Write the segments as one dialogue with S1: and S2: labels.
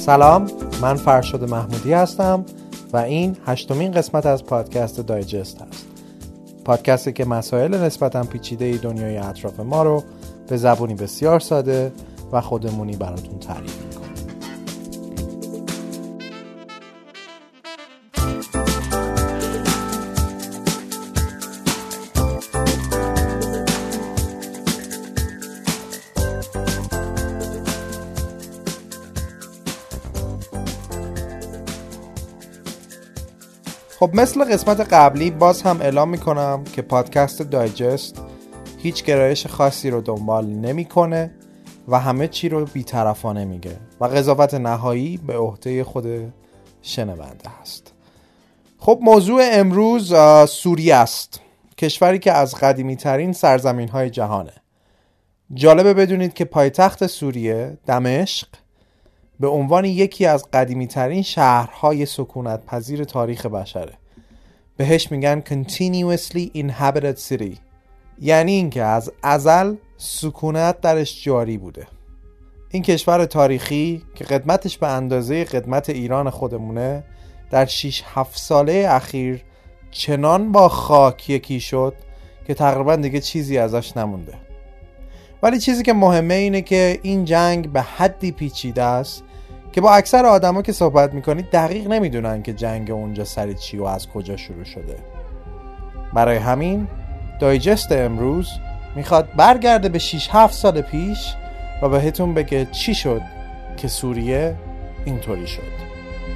S1: سلام، من فرشاد محمودی هستم و این 8مین قسمت از پادکست دایجست هست. پادکستی که مسائل نسبتاً پیچیده دنیای اطراف ما رو به زبونی بسیار ساده و خودمونی براتون تعریف میکنه. خب مثل قسمت قبلی باز هم اعلام میکنم که پادکست دایجست هیچ گرایش خاصی رو دنبال نمیکنه و همه چی رو بی‌طرفانه میگه و قضاوت نهایی به عهده خود شنونده هست. خب موضوع امروز سوریه است، کشوری که از قدیمی ترین سرزمین های جهانه. جالبه بدونید که پایتخت سوریه، دمشق، به عنوان یکی از قدیمی ترین شهرهای سکونت پذیر تاریخ بشره. بهش میگن continuously inhabited city، یعنی اینکه از ازل سکونت درش جاری بوده. این کشور تاریخی که قدمتش به اندازه قدمت ایران خودمونه در 6-7 ساله اخیر چنان با خاک یکی شد که تقریبا دیگه چیزی ازش نمونده. ولی چیزی که مهمه اینه که این جنگ به حدی پیچیده است که با اکثر آدما که صحبت میکنید دقیق نمیدونن که جنگ اونجا سر چی و از کجا شروع شده. برای همین دایجست امروز میخواد برگرده به 6-7 سال پیش و بهتون بگه چی شد که سوریه اینطوری شد.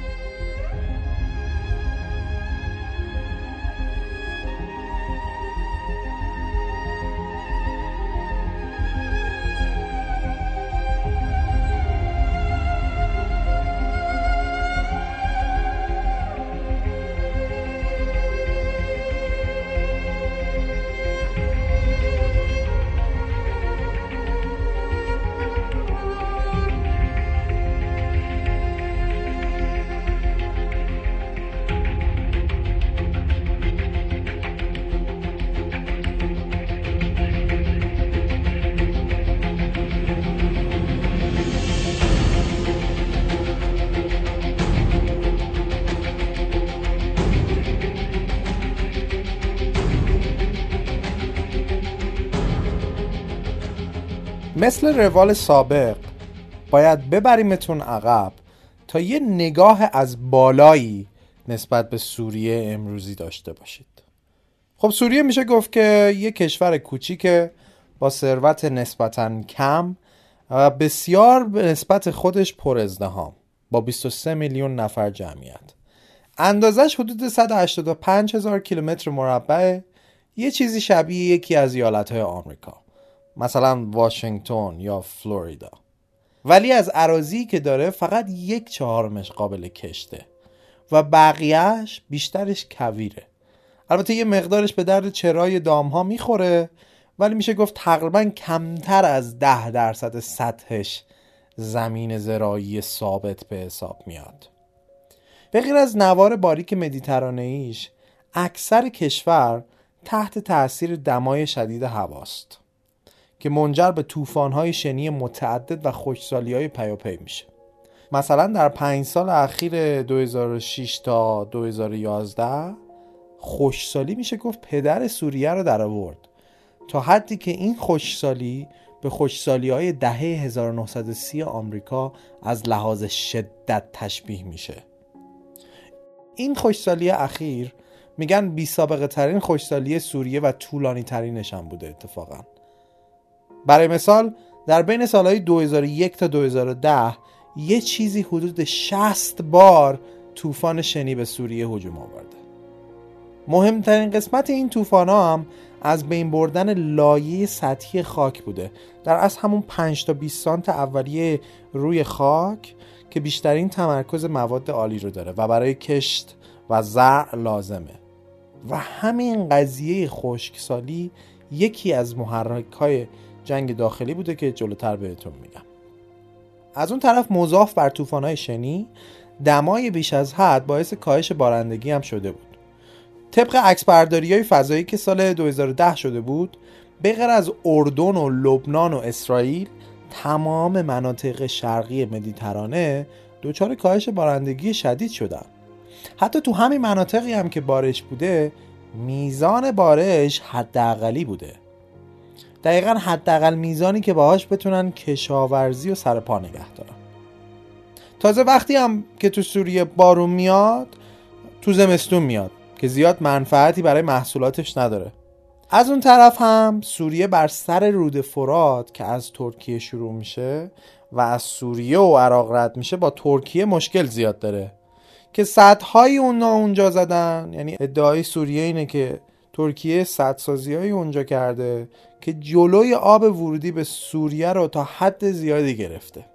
S1: مثل روال سابق باید ببریمتون عقب تا یه نگاه از بالایی نسبت به سوریه امروزی داشته باشید. خب سوریه میشه گفت که یه کشور کوچیکه با ثروت نسبتاً کم و بسیار به نسبت خودش پر ازدحام با 23 میلیون نفر جمعیت. اندازش حدود 185,000 کیلومتر مربع، یه چیزی شبیه یکی از ایالت‌های آمریکا، مثلا واشنگتن یا فلوریدا. ولی از اراضی که داره فقط 1/4 قابل کشته و بقیهش بیشترش کویره. البته یه مقدارش به درد چرای دامها میخوره، ولی میشه گفت تقریبا کمتر از 10% سطحش زمین زراعی ثابت به حساب میاد. به غیر از نوار باریک مدیترانه‌ایش، اکثر کشور تحت تأثیر دمای شدید هواست که منجر به طوفان‌های شنی متعدد و خشکسالی‌های پیاپی میشه. مثلا در 5 سال اخیر 2006 تا 2011 خشکسالی میشه گفت پدر سوریه رو در آورد، تا حدی که این خشکسالی به خشکسالی‌های دهه 1930 آمریکا از لحاظ شدت تشبیه میشه. این خشکسالی اخیر میگن بی‌سابقه ترین خشکسالی سوریه و طولانی ترینش هم بوده اتفاقاً. برای مثال در بین سالهای 2001 تا 2010 یه چیزی حدود 60 بار طوفان شنی به سوریه هجوم آورده. مهمترین قسمت این طوفان‌ها هم از بین بردن لایه سطحی خاک بوده، در اصل همون 5 تا 20 سانت اولیه روی خاک که بیشترین تمرکز مواد عالی رو داره و برای کشت و زرع لازمه. و همین قضیه خشکسالی یکی از محرک‌های جنگ داخلی بوده که جلوتر بهتون میگم. از اون طرف مضاف بر طوفان‌های شنی، دمای بیش از حد باعث کاهش بارندگی هم شده بود. طبق عکسبرداری‌های فضایی که سال 2010 شده بود، به غیر از اردن و لبنان و اسرائیل، تمام مناطق شرقی مدیترانه دچار کاهش بارندگی شدید شدن. حتی تو همین مناطقی هم که بارش بوده میزان بارش حداقلی بوده، دقیقاً حداقل میزانی که باهاش بتونن کشاورزی و سر پا نگه دارن. تازه وقتی هم که تو سوریه بارون میاد تو زمستون میاد که زیاد منفعتی برای محصولاتش نداره. از اون طرف هم سوریه بر سر رود فرات که از ترکیه شروع میشه و از سوریه و عراق رد میشه با ترکیه مشکل زیاد داره که سدهای اونجا زدن. یعنی ادعای سوریه اینه که ترکیه سدسازی‌های اونجا کرده که جلوی آب ورودی به سوریه رو تا حد زیادی گرفته.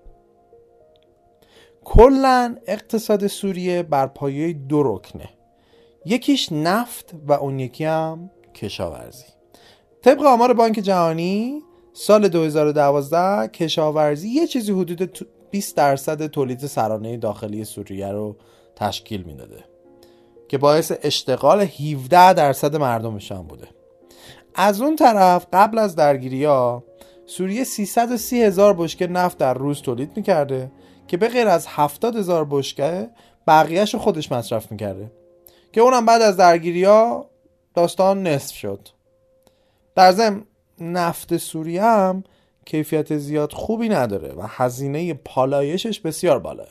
S1: کلاً اقتصاد سوریه بر پایه 2 رکنه، یکیش نفت و اون یکی هم کشاورزی. طبق آمار بانک جهانی سال 2012 کشاورزی یه چیزی حدود 20% تولید سرانه داخلی سوریه رو تشکیل میداده که باعث اشتغال 17% مردمش هم بوده. از اون طرف قبل از درگیری‌ها سوریه 330,000 بشکه نفت در روز تولید میکرده که به غیر از 70,000 بشکه بقیه‌شو خودش مصرف میکرده که اونم بعد از درگیری‌ها داستان نصف شد. در ضمن نفت سوریه هم کیفیت زیاد خوبی نداره و هزینه پالایشش بسیار بالاه.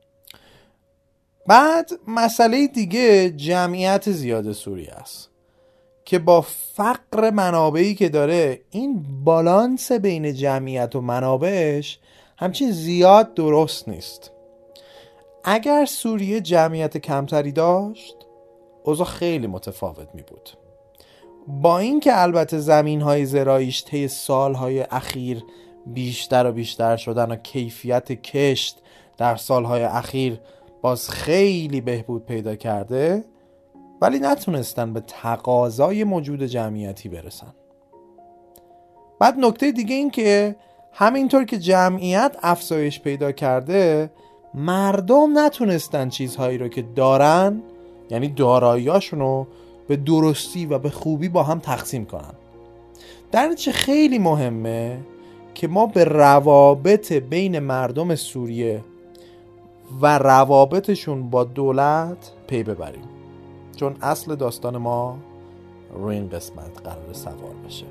S1: بعد مسئله دیگه جمعیت زیاد سوریه است که با فقر منابعی که داره این بالانس بین جمعیت و منابعش همچین زیاد درست نیست. اگر سوریه جمعیت کمتری داشت اوضاع خیلی متفاوت می بود. با اینکه البته زمین‌های زراعیش طی سال‌های اخیر بیشتر و بیشتر شدن و کیفیت کشت در سال‌های اخیر باز خیلی بهبود پیدا کرده، ولی نتونستن به تقاضای موجود جمعیتی برسن. بعد نکته دیگه این که همینطور که جمعیت افزایش پیدا کرده، مردم نتونستن چیزهایی رو که دارن، یعنی دارایی‌هاشون رو به درستی و به خوبی با هم تقسیم کنن. در نتیجه خیلی مهمه که ما به روابط بین مردم سوریه و روابطشون با دولت پی ببریم، چون اصل داستان ما روی این قسمت قرار سوار بشه.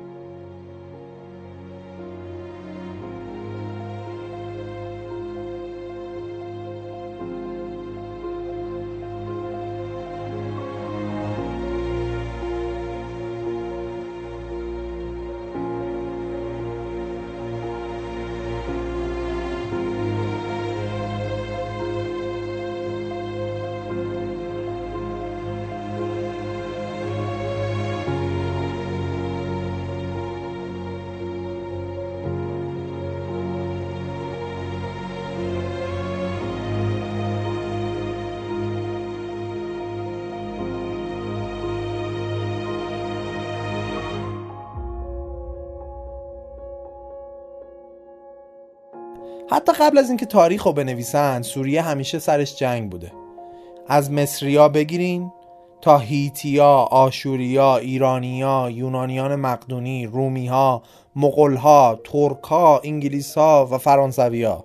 S1: حتی قبل از اینکه تاریخ رو بنویسن سوریه همیشه سرش جنگ بوده. از مصریا بگیرین تا هیتیا، آشوریا، ایرانیا، یونانیان مقدونی، رومیها، مغولها، ترکها، انگلیسها و فرانسویا.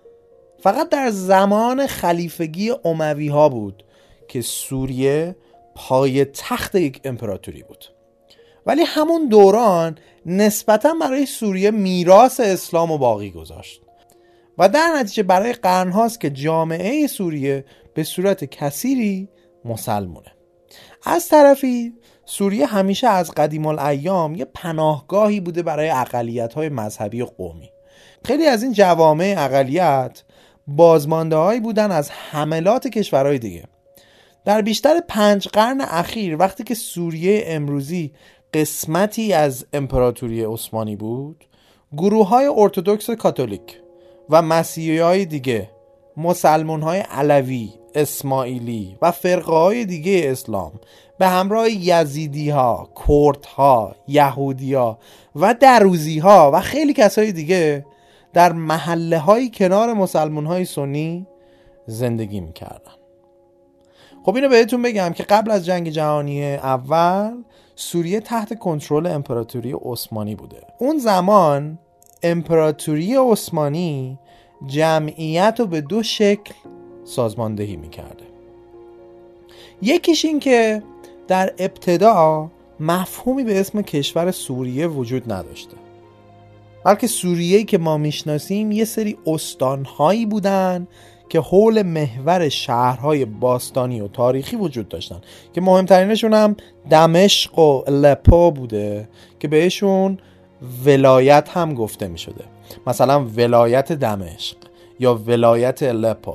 S1: فقط در زمان خلیفگی امویها بود که سوریه پای تخت یک امپراتوری بود. ولی همون دوران نسبتاً برای سوریه میراث اسلام و باقی گذاشت و در نتیجه برای قرن‌هاست که جامعه سوریه به صورت کثیری مسلمونه. از طرفی سوریه همیشه از قدیم الایام یه پناهگاهی بوده برای اقلیت‌های مذهبی و قومی. خیلی از این جوامع اقلیت بازمانده‌هایی بودن از حملات کشورهای دیگه. در بیشتر 5 قرن اخیر وقتی که سوریه امروزی قسمتی از امپراتوری عثمانی بود، گروه‌های ارتدوکس کاتولیک و مسیحی‌های دیگه، مسلمان‌های علوی، اسماعیلی و فرقه‌های دیگه اسلام به همراه یزیدی‌ها، کردها، یهودی‌ها و دروزی‌ها و خیلی کسای دیگه در محله‌های کنار مسلمان‌های سنی زندگی می‌کردن. خب اینو بهتون بگم که قبل از جنگ جهانی اول سوریه تحت کنترل امپراتوری عثمانی بوده. اون زمان امپراتوری عثمانی جمعیت رو به دو شکل سازماندهی میکرده. یکیش این که در ابتدا مفهومی به اسم کشور سوریه وجود نداشته، بلکه سوریه‌ای که ما میشناسیم یه سری استانهایی بودن که حول محور شهرهای باستانی و تاریخی وجود داشتن که مهمترینشون هم دمشق و لپو بوده که بهشون ولایت هم گفته می شده، مثلا ولایت دمشق یا ولایت لپو.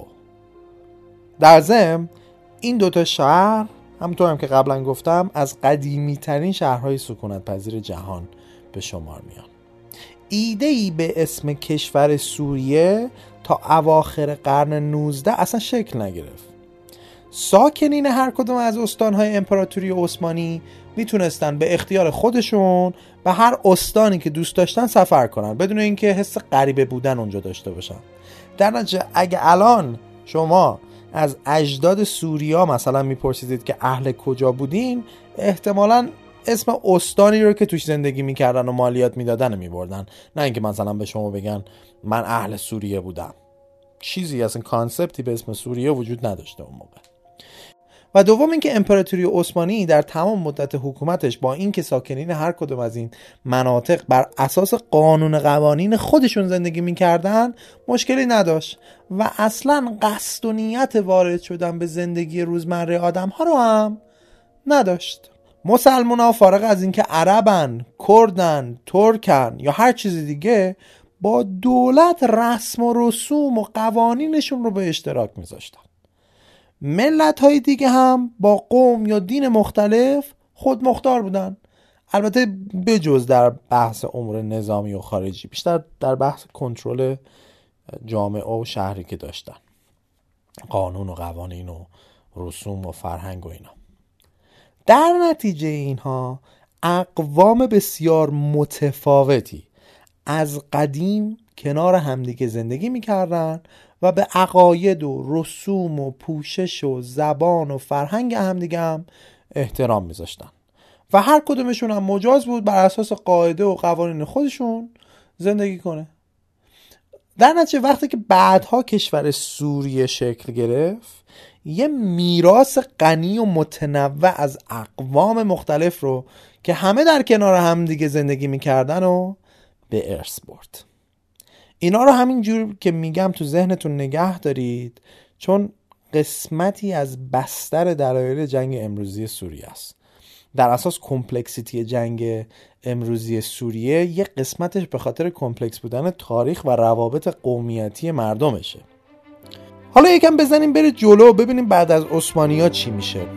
S1: در ضمن این دوتا شهر همونطور هم که قبلا گفتم از قدیمی ترین شهرهای سکونت پذیر جهان به شمار میان. ایده‌ای به اسم کشور سوریه تا اواخر قرن 19 اصلا شکل نگرفت. ساکنین هر کدوم از استانهای امپراتوری عثمانی میتونستن به اختیار خودشون به هر استانی که دوست داشتن سفر کنن بدون اینکه حس غریبه بودن اونجا داشته باشن. در نتیجه اگه الان شما از اجداد سوریا مثلا میپرسیدید که اهل کجا بودین، احتمالاً اسم استانی رو که توش زندگی میکردن و مالیات میدادن میبردن، نه اینکه مثلا به شما بگن من اهل سوریه بودم. چیزی اصلا کانسپتی به اسم سوریه وجود نداشته اون موقع. و دوم اینکه امپراتوری عثمانی در تمام مدت حکومتش با اینکه ساکنین هر کدوم از این مناطق بر اساس قانون قوانین خودشون زندگی میکردن مشکلی نداشت و اصلا قصد و نیت وارد شدن به زندگی روزمره آدم ها رو هم نداشت. مسلمان ها فارغ از اینکه عربن، کردن، ترکن یا هر چیز دیگه با دولت رسم و رسوم و قوانینشون رو به اشتراک میذاشتن. ملت های دیگه هم با قوم یا دین مختلف خود مختار بودن، البته بجز در بحث امور نظامی و خارجی، بیشتر در بحث کنترل جامعه و شهری که داشتن، قانون و قوانین و رسوم و فرهنگ و اینا. در نتیجه اینها اقوام بسیار متفاوتی از قدیم کنار همدیگه زندگی میکردن و به عقاید و رسوم و پوشش و زبان و فرهنگ همدیگه هم احترام میذاشتن و هر کدومشون هم مجاز بود بر اساس قاعده و قوانین خودشون زندگی کنه. در نتیجه وقتی که بعدها کشور سوریه شکل گرفت، یه میراث غنی و متنوع از اقوام مختلف رو که همه در کنار هم دیگه زندگی میکردن و به ارث برد. اینا رو همین جور که میگم تو ذهنتون نگه دارید، چون قسمتی از بستر دلایل جنگ امروزی سوریه است. در اساس کمپلکسیتی جنگ امروزی سوریه یه قسمتش به خاطر کمپلکس بودن تاریخ و روابط قومیتی مردمشه. حالا یکم بزنیم بره جلو ببینیم بعد از عثمانی‌ها چی میشه.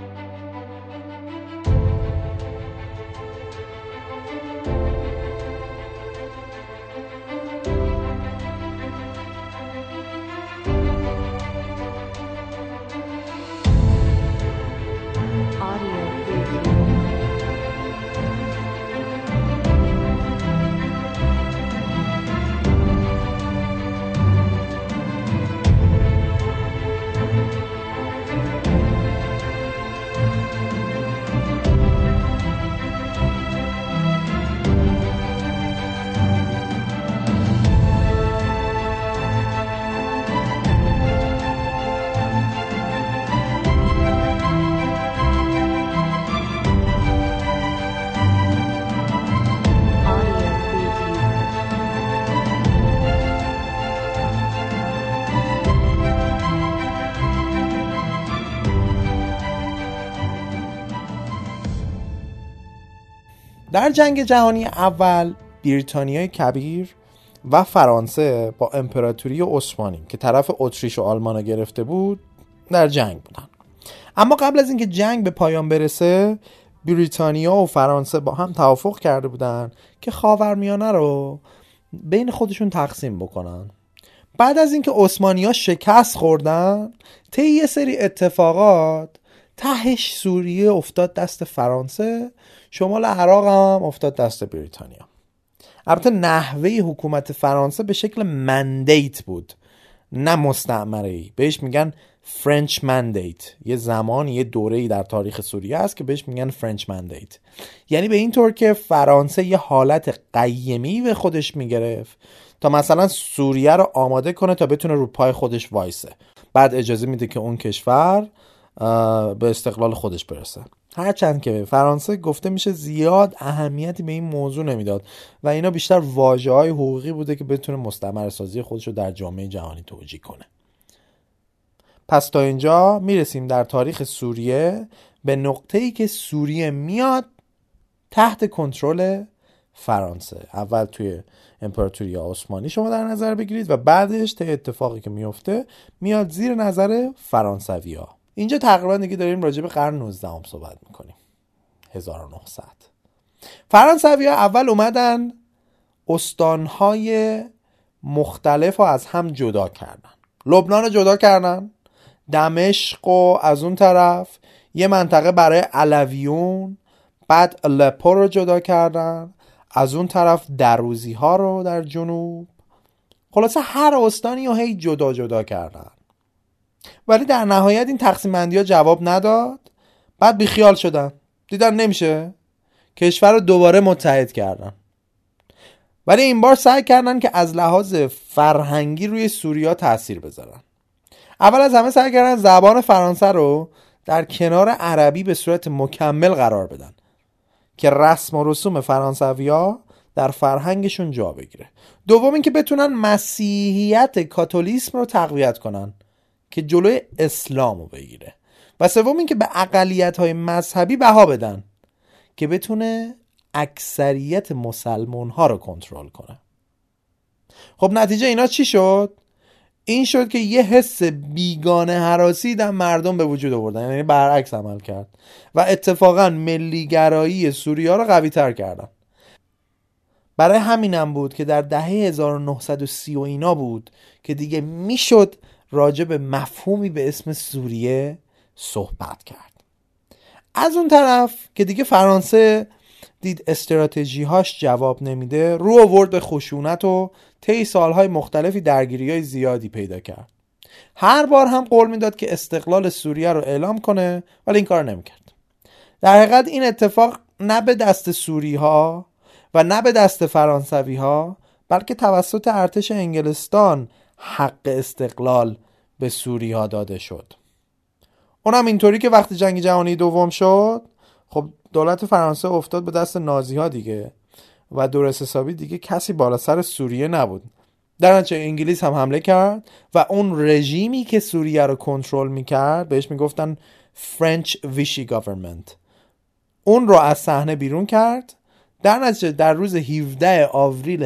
S1: در جنگ جهانی اول بریتانیای کبیر و فرانسه با امپراتوری عثمانی که طرف اتریش و آلمان گرفته بود در جنگ بودن. اما قبل از اینکه جنگ به پایان برسه، بریتانیا و فرانسه با هم توافق کرده بودن که خاورمیانه رو بین خودشون تقسیم بکنن. بعد از اینکه عثمانی‌ها شکست خوردن، طی یه سری اتفاقات تهش سوریه افتاد دست فرانسه، شمال عراق هم افتاد دست بریتانیا. البته نحوه حکومت فرانسه به شکل مندیت بود، نه مستعمره‌ای. بهش میگن فرنچ مندیت. یه زمان، یه دوره‌ای در تاریخ سوریه هست که بهش میگن فرنچ مندیت. یعنی به این طور که فرانسه یه حالت قیمی به خودش میگرفت تا مثلا سوریه رو آماده کنه تا بتونه رو پای خودش وایسه. بعد اجازه میده که اون کشور به استقلال خودش برسه. هرچند که فرانسه گفته میشه زیاد اهمیتی به این موضوع نمیداد و اینا بیشتر واژه‌های حقوقی بوده که بتونه مستعمره‌سازی خودش رو در جامعه جهانی توجیه کنه. پس تا اینجا میرسیم در تاریخ سوریه به نقطه‌ای که سوریه میاد تحت کنترل فرانسه. اول توی امپراتوری عثمانی شما در نظر بگیرید و بعدش تا اتفاقی که میفته میاد زیر نظر فرانسوی‌ها. اینجا تقریبا دیگه داریم راجع به قرن 19 صحبت میکنیم. 1900 فرانسوی‌ها اول اومدن استانهای مختلف رو از هم جدا کردن. لبنان رو جدا کردن، دمشق و از اون طرف یه منطقه برای علویون، بعد لپو رو جدا کردن، از اون طرف دروزی ها رو در جنوب. خلاصه هر استانی رو هی جدا جدا کردن، ولی در نهایت این تقسیم بندی ها جواب نداد. بعد بیخیال شدن، دیدن نمیشه، کشور رو دوباره متحد کردن. ولی این بار سعی کردن که از لحاظ فرهنگی روی سوریا تأثیر بذارن. اول از همه سعی کردن زبان فرانسه رو در کنار عربی به صورت مکمل قرار بدن که رسم و رسوم فرانسوی‌ها در فرهنگشون جا بگیره. دوم این که بتونن مسیحیت کاتولیسم رو تقویت کنن که جلوی اسلام رو بگیره. و سوم این که به اقلیت‌های مذهبی بها بدن که بتونه اکثریت مسلمان‌ها رو کنترل کنه. خب نتیجه اینا چی شد؟ این شد که یه حس بیگانه هراسی در مردم به وجود آوردن، یعنی برعکس عمل کرد و اتفاقا ملیگرایی سوریه رو قوی تر کردن. برای همینم بود که در دهه 1930 و اینا بود که دیگه میشد راجع به مفهومی به اسم سوریه صحبت کرد. از اون طرف که دیگه فرانسه دید استراتژی‌هاش جواب نمیده، رو آورد به خشونت و طی سالهای مختلفی درگیری‌های زیادی پیدا کرد. هر بار هم قول میداد که استقلال سوریه رو اعلام کنه، ولی این کار نمیکرد. در حقیقت این اتفاق نه به دست سوری‌ها و نه به دست فرانسوی‌ها، بلکه توسط ارتش انگلستان حق استقلال به سوری‌ها داده شد. اونم اینطوری که وقتی جنگ جهانی دوم شد، خب دولت فرانسه افتاد به دست نازی‌ها دیگه و درست حسابی دیگه کسی بالا سر سوریه نبود. در نتیجه انگلیس هم حمله کرد و اون رژیمی که سوریه رو کنترل میکرد بهش میگفتن فرنچ ویشی گاورمنت، اون رو از صحنه بیرون کرد. در نتیجه در روز 17 آوریل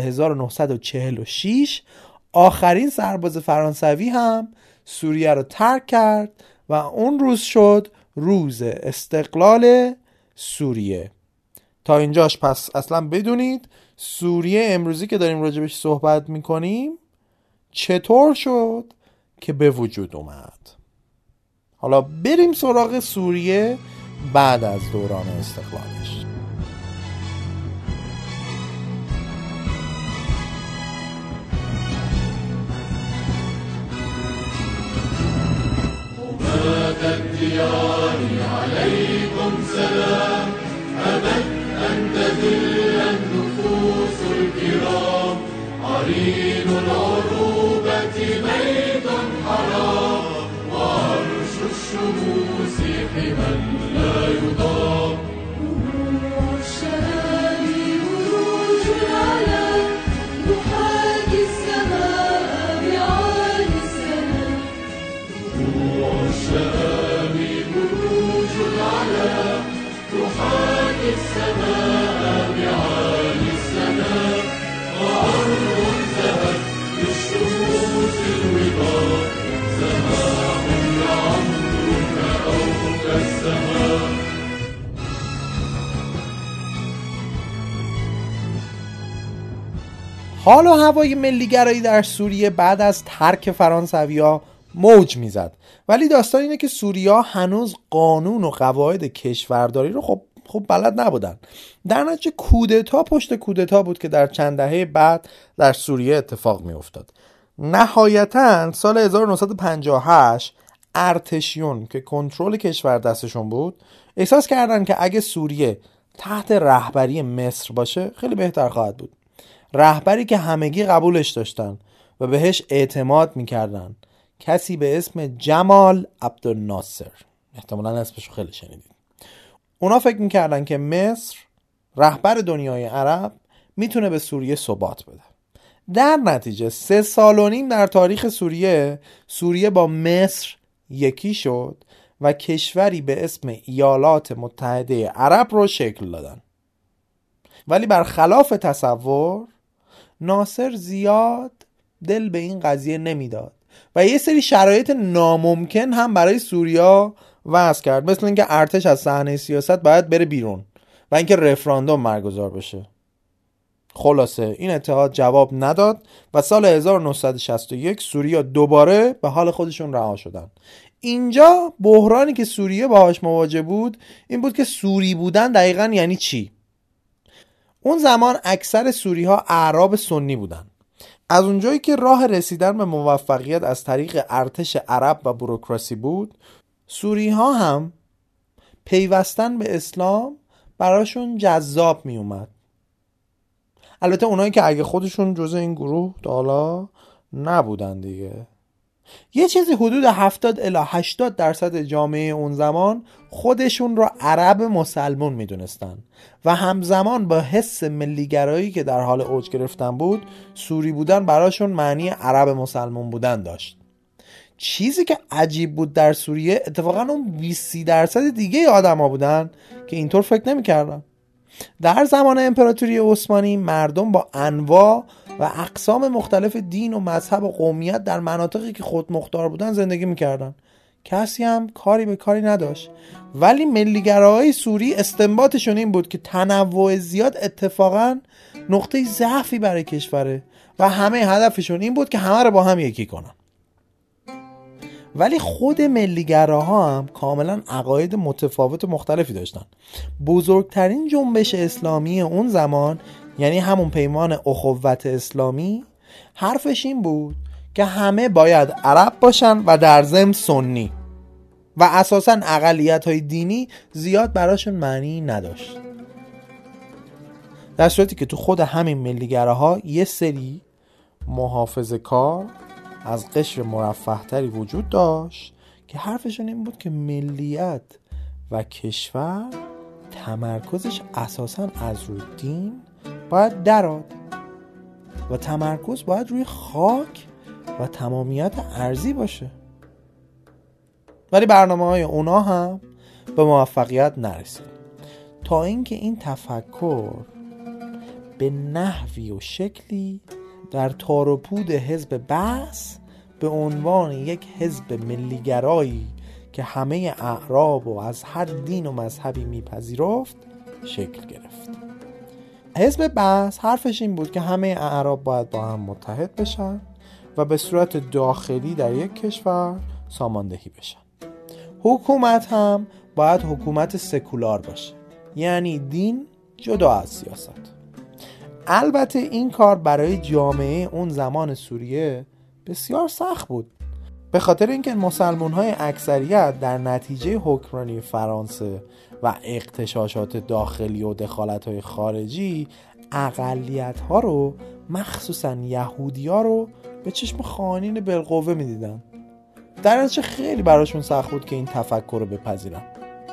S1: 1946 آخرین سرباز فرانسوی هم سوریه رو ترک کرد و اون روز شد روز استقلال سوریه. تا اینجاش پس اصلا بدونید سوریه امروزی که داریم راجبش صحبت میکنیم چطور شد که به وجود اومد. حالا بریم سراغ سوریه بعد از دوران استقلالش.
S2: الديار عليكم سلام أبت أن تذل النفوس الكرام عرين العروبة بيت حرام وعرش الشموس حما لا يضام طلوع الشهاب بروج العلا تحاكي السماء بعالي السماء طلوع الشهاب بروج العلا تحاكي السماء بعالي السماء وأرض ذهب للشموس الوضاء سماء لعمرك أو كالسماء.
S1: حال و هوای ملیگرایی در سوریه بعد از ترک فرانسوی‌ها موج میزد، ولی داستان اینه که سوریه‌ها هنوز قانون و قواعد کشورداری رو خب بلد نبودن. در نتیجه کودتا پشت کودتا بود که در چند دهه بعد در سوریه اتفاق می افتاد. نهایتاً سال 1958 ارتشیون که کنترل کشور دستشون بود احساس کردن که اگه سوریه تحت رهبری مصر باشه خیلی بهتر خواهد بود. رهبری که همگی قبولش داشتن و بهش اعتماد میکردن، کسی به اسم جمال عبدالناصر. احتمالاً اسمشو خیلی شنیدید. اونا فکر میکردن که مصر رهبر دنیای عرب میتونه به سوریه ثبات بده. در نتیجه 3.5 سال در تاریخ سوریه با مصر یکی شد و کشوری به اسم ایالات متحده عرب رو شکل دادن. ولی برخلاف تصور ناصر زیاد دل به این قضیه نمیداد و یه سری شرایط ناممکن هم برای سوریا وضع کرد، مثل اینکه ارتش از صحنه سیاست باید بره بیرون و اینکه رفراندوم برگزار بشه. خلاصه این اتحاد جواب نداد و سال 1961 سوریا دوباره به حال خودشون رها شدن. اینجا بحرانی که سوریه باهاش مواجه بود این بود که سوری بودن دقیقاً یعنی چی؟ اون زمان اکثر سوری ها اعراب سنی بودن. از اونجایی که راه رسیدن به موفقیت از طریق ارتش عرب و بوروکراسی بود، سوری ها هم پیوستن به اسلام براشون جذاب می اومد. البته اونایی که اگه خودشون جزء این گروه حالا نبودن دیگه. یه چیزی حدود 70 الی 80% جامعه اون زمان خودشون رو عرب مسلمون میدونستن و همزمان با حس ملیگرایی که در حال اوج گرفتن بود، سوری بودن براشون معنی عرب مسلمون بودن داشت. چیزی که عجیب بود در سوریه اتفاقا اون 20-30% دیگه آدم ها بودن که اینطور فکر نمی کردن. در زمان امپراتوری عثمانی مردم با انواع و اقسام مختلف دین و مذهب و قومیت در مناطقی که خودمختار بودن زندگی میکردن. کسی هم کاری به کاری نداشت. ولی ملیگراهای سوری استنباطشون این بود که تنوع زیاد اتفاقا نقطه ضعفی برای کشوره و همه هدفشون این بود که همه رو با هم یکی کنن. ولی خود ملیگراها هم کاملا عقاید متفاوت و مختلفی داشتن. بزرگترین جنبش اسلامی اون زمان، یعنی همون پیمان اخوت اسلامی، حرفش این بود که همه باید عرب باشن و در ضمن سنی و اساساً اقلیت‌های دینی زیاد براشون معنی نداشت. در صورتی که تو خود همین ملیگراها یه سری محافظه‌کار از قشر مرفه‌تری وجود داشت که حرفشون این بود که ملیت و کشور تمرکزش اساساً از روی دین باید دراد و تمرکز باید روی خاک و تمامیت ارضی باشه. ولی برنامه‌های اونا هم به موفقیت نرسید تا اینکه این تفکر به نحوی و شکلی در تار و پود حزب بعث به عنوان یک حزب ملیگرایی که همه اعراب و از هر دین و مذهبی میپذیرفت شکل گرفت. حزب بعث حرفش این بود که همه اعراب باید با هم متحد بشن و به صورت داخلی در یک کشور ساماندهی بشن. حکومت هم باید حکومت سکولار باشه، یعنی دین جدا از سیاست. البته این کار برای جامعه اون زمان سوریه بسیار سخت بود، به خاطر اینکه مسلمان‌های اکثریت در نتیجه حکمرانی فرانسه و اغتشاشات داخلی و دخالت‌های خارجی اقلیت‌ها رو، مخصوصاً یهودی‌ها رو به چشم خائنین بالقوه می‌دیدن. در نتیجه خیلی براشون سخت بود که این تفکر رو بپذیرن.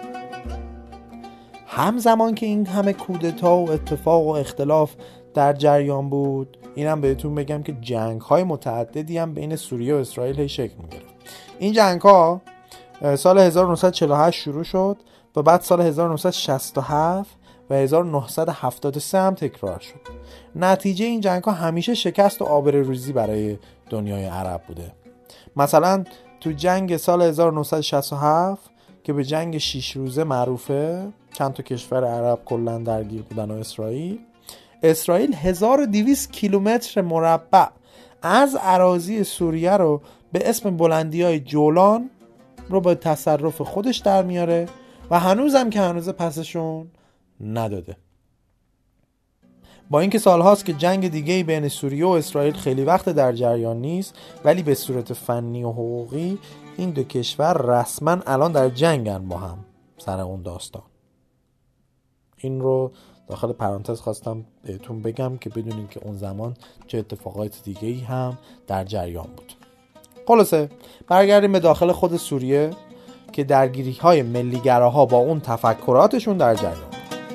S1: همزمان که این همه کودتا و اتفاق و اختلاف در جریان بود، اینم بهتون بگم که جنگ‌های متعددی هم بین سوریه و اسرائیل شکل می‌گرفت. این جنگ‌ها سال 1948 شروع شد و بعد سال 1967 و 1973 هم تکرار شد. نتیجه این جنگ‌ها همیشه شکست و آبروریزی برای دنیای عرب بوده. مثلا تو جنگ سال 1967 که به جنگ 6 روزه معروفه، چند تا کشور عرب کلاً درگیر بودن و اسرائیل 1200 کیلومتر مربع از اراضی سوریه رو به اسم بلندی‌های جولان رو به تصرف خودش در میاره و هنوزم که هنوز پسشون نداده. با اینکه سالهاست که جنگ دیگه‌ای بین سوریه و اسرائیل خیلی وقت در جریان نیست، ولی به صورت فنی و حقوقی این دو کشور رسما الان در جنگن با هم سر اون داستان. این رو داخل پرانتز خواستم بهتون بگم که بدونین که اون زمان چه اتفاقات دیگه‌ای هم در جریان بود. خلاصه برگردیم به داخل خود سوریه که درگیری‌های ملی‌گراها با اون تفکراتشون در جریان.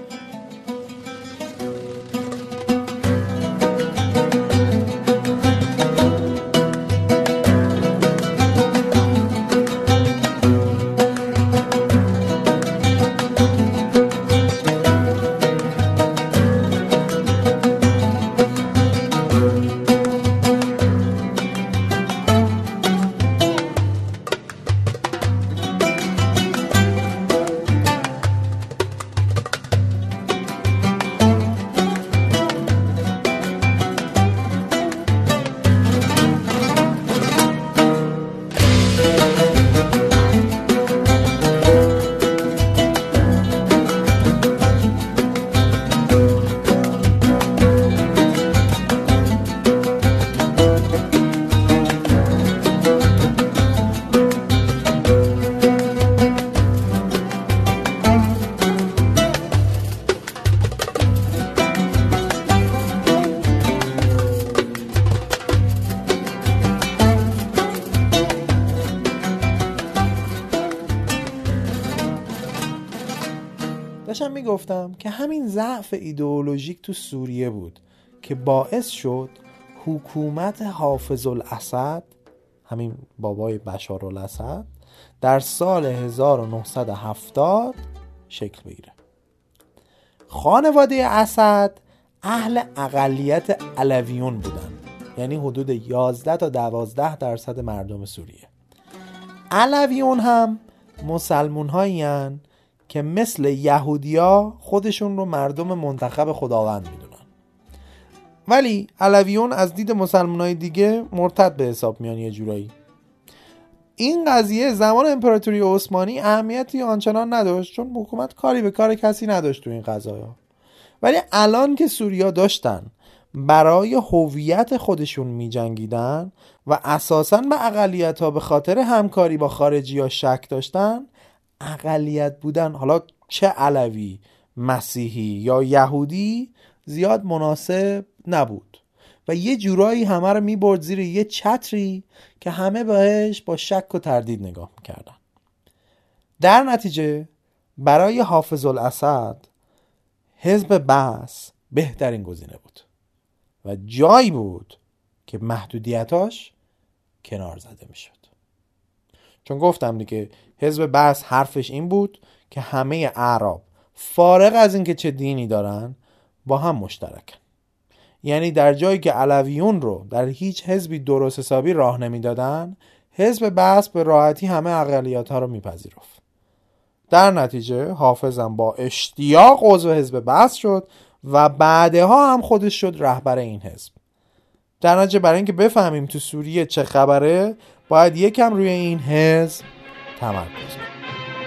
S1: داشتم میگفتم که همین ضعف ایدئولوژیک تو سوریه بود که باعث شد حکومت حافظ الاسد، همین بابای بشار الاسد، در سال 1970 شکل بگیره. خانواده اسد اهل اقلیت علویون بودن، یعنی حدود 11 تا 12% مردم سوریه. علویون هم مسلمون هایین که مثل یهودیا خودشون رو مردم منتخب خداوند میدونن، ولی علویون از دید مسلمانای دیگه مرتد به حساب میان یه جورایی. این قضیه زمان امپراتوری عثمانی اهمیتی آنچنان نداشت، چون حکومت کاری به کار کسی نداشت تو این قضایا. ولی الان که سوریا داشتن برای هویت خودشون میجنگیدن و اساساً به اقلیت‌ها به خاطر همکاری با خارجی‌ها شک داشتن، اقلیت بودن، حالا چه علوی، مسیحی یا یهودی، زیاد مناسب نبود و یه جورایی همه رو میبرد زیر یه چتری که همه بهش با شک و تردید نگاه میکردن. در نتیجه برای حافظ الاسد حزب بعث بهترین گزینه بود و جایی بود که محدودیتاش کنار زده میشد. چون گفتم دیگه حزب بعث حرفش این بود که همه اعراب فارغ از این که چه دینی دارن با هم مشترکن. یعنی در جایی که علویون رو در هیچ حزبی درست حسابی راه نمیدادن، حزب بعث به راحتی همه اقلیت ها رو میپذیرفت. در نتیجه حافظم با اشتیاق عضو حزب بعث شد و بعدها هم خودش شد رهبر این حزب. در نتیجه برای اینکه بفهمیم تو سوریه چه خبره، باید یکم روی این حزب تمرکز کنیم.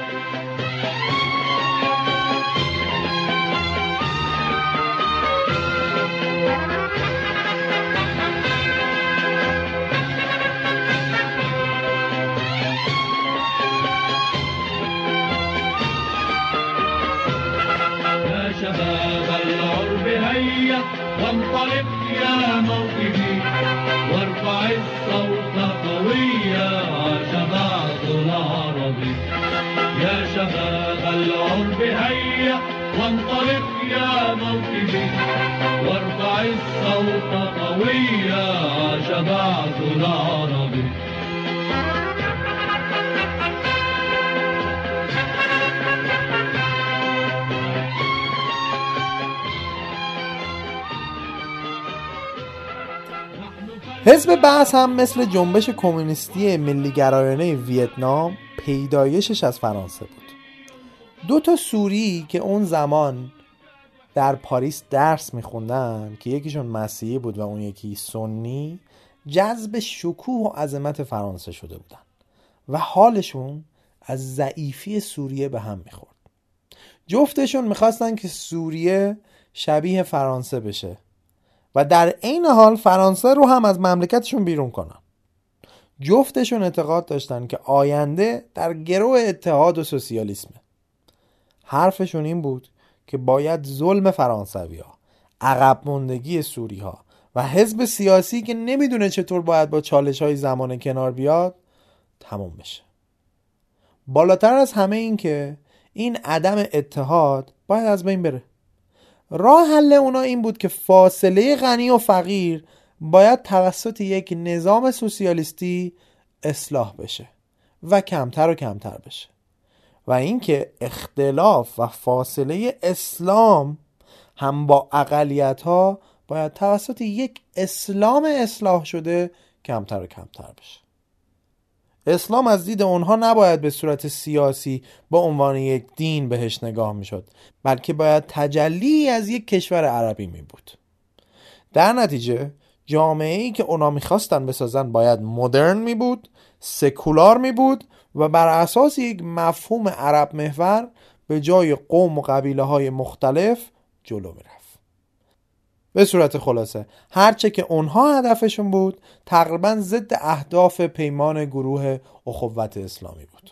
S2: وانطلق يا موكبي وارفع الصوت قويا شباب العرب يا شباب العرب هيا وانطلق يا موكبي وارفع الصوت قويا شباب العرب.
S1: حزب بعث هم مثل جنبش کمونیستی ملی‌گرایانه ویتنام پیدایشش از فرانسه بود. دو تا سوری که اون زمان در پاریس درس میخوندن که یکیشون مسیحی بود و اون یکی سنی، جذب شکوه و عظمت فرانسه شده بودن و حالشون از ضعیفی سوریه به هم میخورد. جفتشون میخواستن که سوریه شبیه فرانسه بشه و در عین حال فرانسه رو هم از مملکتشون بیرون کنن. جفتشون اعتقاد داشتن که آینده در گرو اتحاد و سوسیالیسمه. حرفشون این بود که باید ظلم فرانسوی‌ها، عقب موندگی سوری‌ها و حزب سیاسی که نمیدونه چطور باید با چالش‌های زمان کنار بیاد تموم بشه. بالاتر از همه این که این عدم اتحاد باید از بین بره. راه حل اونا این بود که فاصله غنی و فقیر باید توسط یک نظام سوسیالیستی اصلاح بشه و کمتر و کمتر بشه و اینکه اختلاف و فاصله اسلام هم با اقلیت‌ها باید توسط یک اسلام اصلاح شده کمتر و کمتر بشه. اسلام از دید اونها نباید به صورت سیاسی با عنوان یک دین بهش نگاه میشد، بلکه باید تجلی از یک کشور عربی می بود. در نتیجه جامعه‌ای که اونا میخواستن بسازن باید مدرن می بود، سکولار می بود و بر اساس یک مفهوم عرب محور به جای قوم و قبیله های مختلف جلو می رفت. به صورت خلاصه هرچه که اونها هدفشون بود تقریبا ضد اهداف پیمان گروه اخوت اسلامی بود.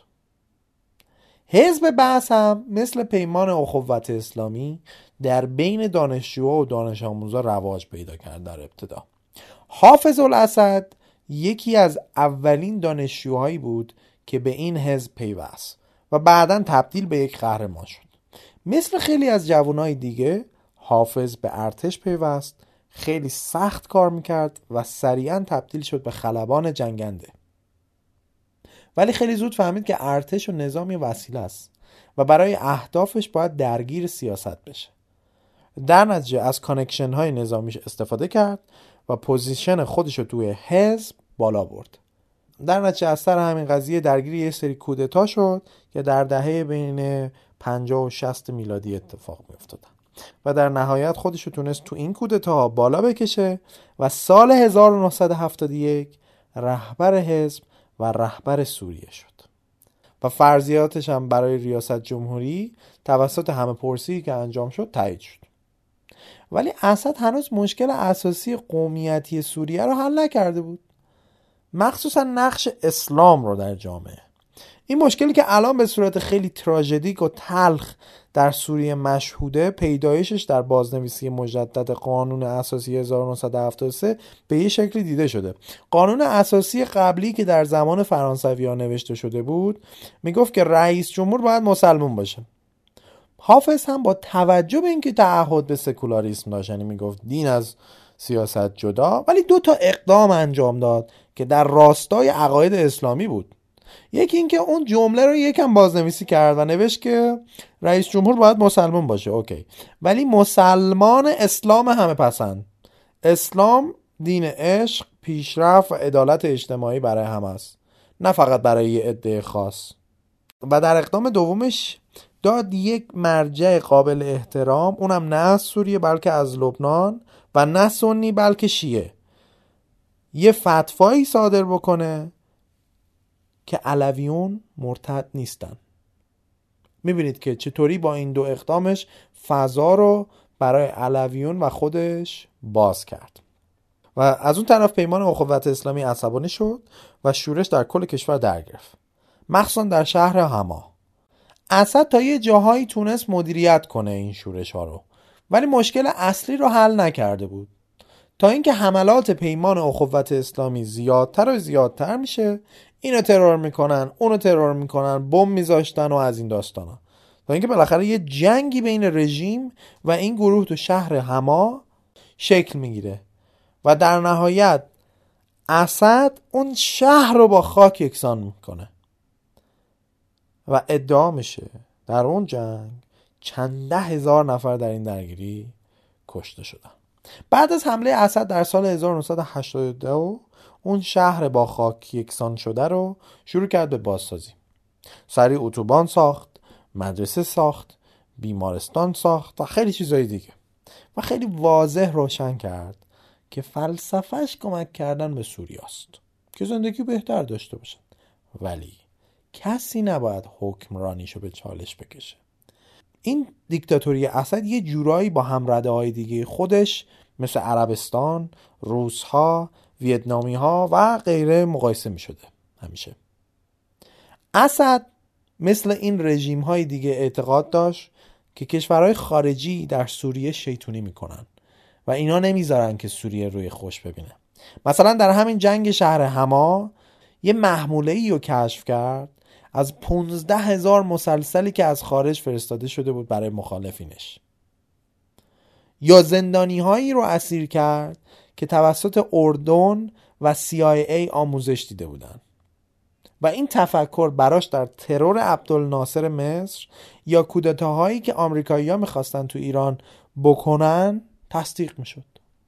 S1: حزب بعث هم مثل پیمان اخوت اسلامی در بین دانشجوها و دانش آموزا رواج پیدا کرد. در ابتدا حافظ الاسد یکی از اولین دانشجوهایی بود که به این حزب پیوست و بعداً تبدیل به یک قهرمان شد. مثل خیلی از جوانای دیگه حافظ به ارتش پیوست، خیلی سخت کار میکرد و سریعا تبدیل شد به خلبان جنگنده. ولی خیلی زود فهمید که ارتش و نظام وسیله است و برای اهدافش باید درگیر سیاست بشه. در نتیجه از کانکشن های نظامیش استفاده کرد و پوزیشن خودش رو توی حزب بالا برد. در نتیجه از سر همین قضیه درگیر یه سری کودتا شد که در دهه بین 50 و 60 میلادی اتفاق میافتادن و در نهایت خودش رو تونست تو این کودتا بالا بکشه و سال 1971 رهبر حزب و رهبر سوریه شد و فرضیاتش هم برای ریاست جمهوری توسط همه پرسی که انجام شد تایید شد. ولی اسد هنوز مشکل اساسی قومیتی سوریه رو حل نکرده بود، مخصوصا نقش اسلام رو در جامعه. این مشکلی که الان به صورت خیلی تراژدیک و تلخ در سوریه مشهوده، پیدایشش در بازنویسی مجدد قانون اساسی 1973 به یه شکلی دیده شده. قانون اساسی قبلی که در زمان فرانسوی‌ها نوشته شده بود میگفت که رئیس جمهور باید مسلمان باشه. حافظ هم با توجه به اینکه تعهد به سکولاریسم داشت، یعنی میگفت دین از سیاست جدا، ولی 2 اقدام انجام داد که در راستای عقاید اسلامی بود. یکی این که اون جمله رو یکم بازنویسی کرد و نوشت که رئیس جمهور باید مسلمان باشه، اوکی، ولی مسلمان اسلام همه پسند. اسلام دین عشق، پیشرفت و عدالت اجتماعی برای همه است، نه فقط برای یه عده خاص. و در اقدام دومش داد یک مرجع قابل احترام، اونم نه از سوریه بلکه از لبنان و نه سنی بلکه شیعه، یه فتوایی صادر بکنه که علویون مرتد نیستن. میبینید که چطوری با این 2 اقدامش فضا رو برای علویون و خودش باز کرد. و از اون طرف پیمان اخوت اسلامی عصبانی شد و شورش در کل کشور در گرفت، مخصوصا در شهر حما. اسد تا یه جاهایی تونست مدیریت کنه این شورش ها رو، ولی مشکل اصلی رو حل نکرده بود. تا اینکه حملات پیمان اخوت اسلامی زیادتر و زیادتر میشه، اینو ترور میکنن، اونو ترور میکنن، بمب میذاشتن و از این داستانا، تا اینکه بالاخره یه جنگی بین رژیم و این گروه تو شهر حما شکل میگیره و در نهایت اسد اون شهر رو با خاک یکسان میکنه و ادعا میشه در اون جنگ چند ده هزار نفر در این درگیری کشته شدن. بعد از حمله اسد در سال 1982 اون شهر با خاک یکسان شده رو شروع کرد به بازسازی. سریع اتوبان ساخت، مدرسه ساخت، بیمارستان ساخت و خیلی چیزای دیگه و خیلی واضح روشن کرد که فلسفهش کمک کردن به سوریه است که زندگی بهتر داشته باشن، ولی کسی نباید حکمرانیشو به چالش بکشه. این دیکتاتوری اسد یه جورایی با همرده های دیگه خودش مثل عربستان، روس‌ها ویتنامی ها و غیره مقایسه می شده همیشه. اسد مثل این رژیم های دیگه اعتقاد داشت که کشورهای خارجی در سوریه شیطونی میکنن و اینا نمیذارن که سوریه روی خوش ببینه. مثلا در همین جنگ شهر حما یه محموله‌ای رو کشف کرد از 15,000 مسلسلی که از خارج فرستاده شده بود برای مخالفینش. یا زندانی هایی رو اسیر کرد که توسط اردن و CIA آموزش دیده بودن و این تفکر براش در ترور عبدالناصر مصر یا کودتاهایی که آمریکایی‌ها می‌خواستن تو ایران بکنن تصدیق می‌شد.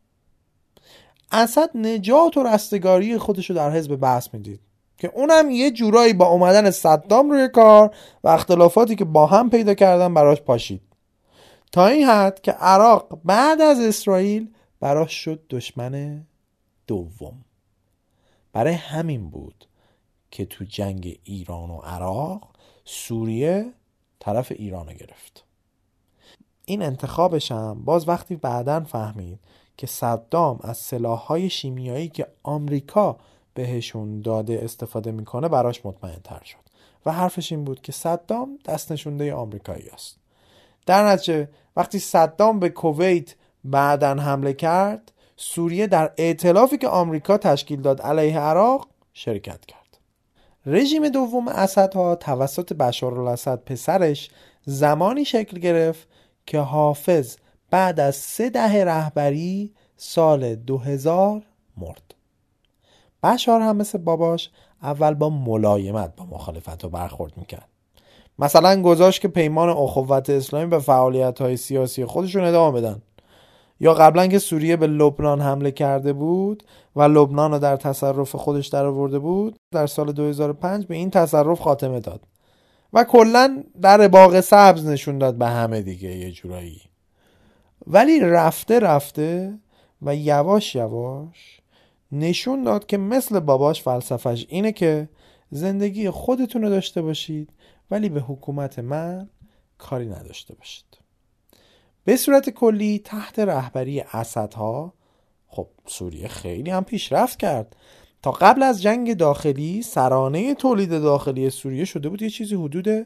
S1: اسد نجات و رستگاری خودشو در حزب بعث می‌دید که اونم یه جورایی با اومدن صدام روی کار و اختلافاتی که با هم پیدا کردن براش پاشید، تا این حد که عراق بعد از اسرائیل براش شد دشمن دوم. برای همین بود که تو جنگ ایران و عراق سوریه طرف ایرانو گرفت. این انتخابش هم باز وقتی بعداً فهمید که صدام از سلاح‌های شیمیایی که آمریکا بهشون داده استفاده میکنه براش مطمئن تر شد و حرفش این بود که صدام دست نشونده آمریکایی است. در نتیجه وقتی صدام به کویت بعداً حمله کرد، سوریه در ائتلافی که آمریکا تشکیل داد علیه عراق شرکت کرد. رژیم دوم اسدها توسط بشارالاسد پسرش زمانی شکل گرفت که حافظ بعد از 3 دهه رهبری سال 2000 مرد. بشار هم مثل باباش اول با ملایمت با مخالفت رو برخورد میکرد. مثلا گذاشت که پیمان اخوت اسلامی به فعالیت‌های سیاسی خودشون ادامه بدن. یا قبلا که سوریه به لبنان حمله کرده بود و لبنان رو در تصرف خودش در آورده بود، در سال 2005 به این تصرف خاتمه داد و کلن در باغ سبز نشون داد به همه دیگه یه جورایی. ولی رفته رفته و یواش یواش نشون داد که مثل باباش فلسفش اینه که زندگی خودتون رو داشته باشید ولی به حکومت من کاری نداشته باشید. به صورت کلی تحت رهبری اسدها خب سوریه خیلی هم پیشرفت کرد. تا قبل از جنگ داخلی سرانه تولید داخلی سوریه شده بود یه چیزی حدود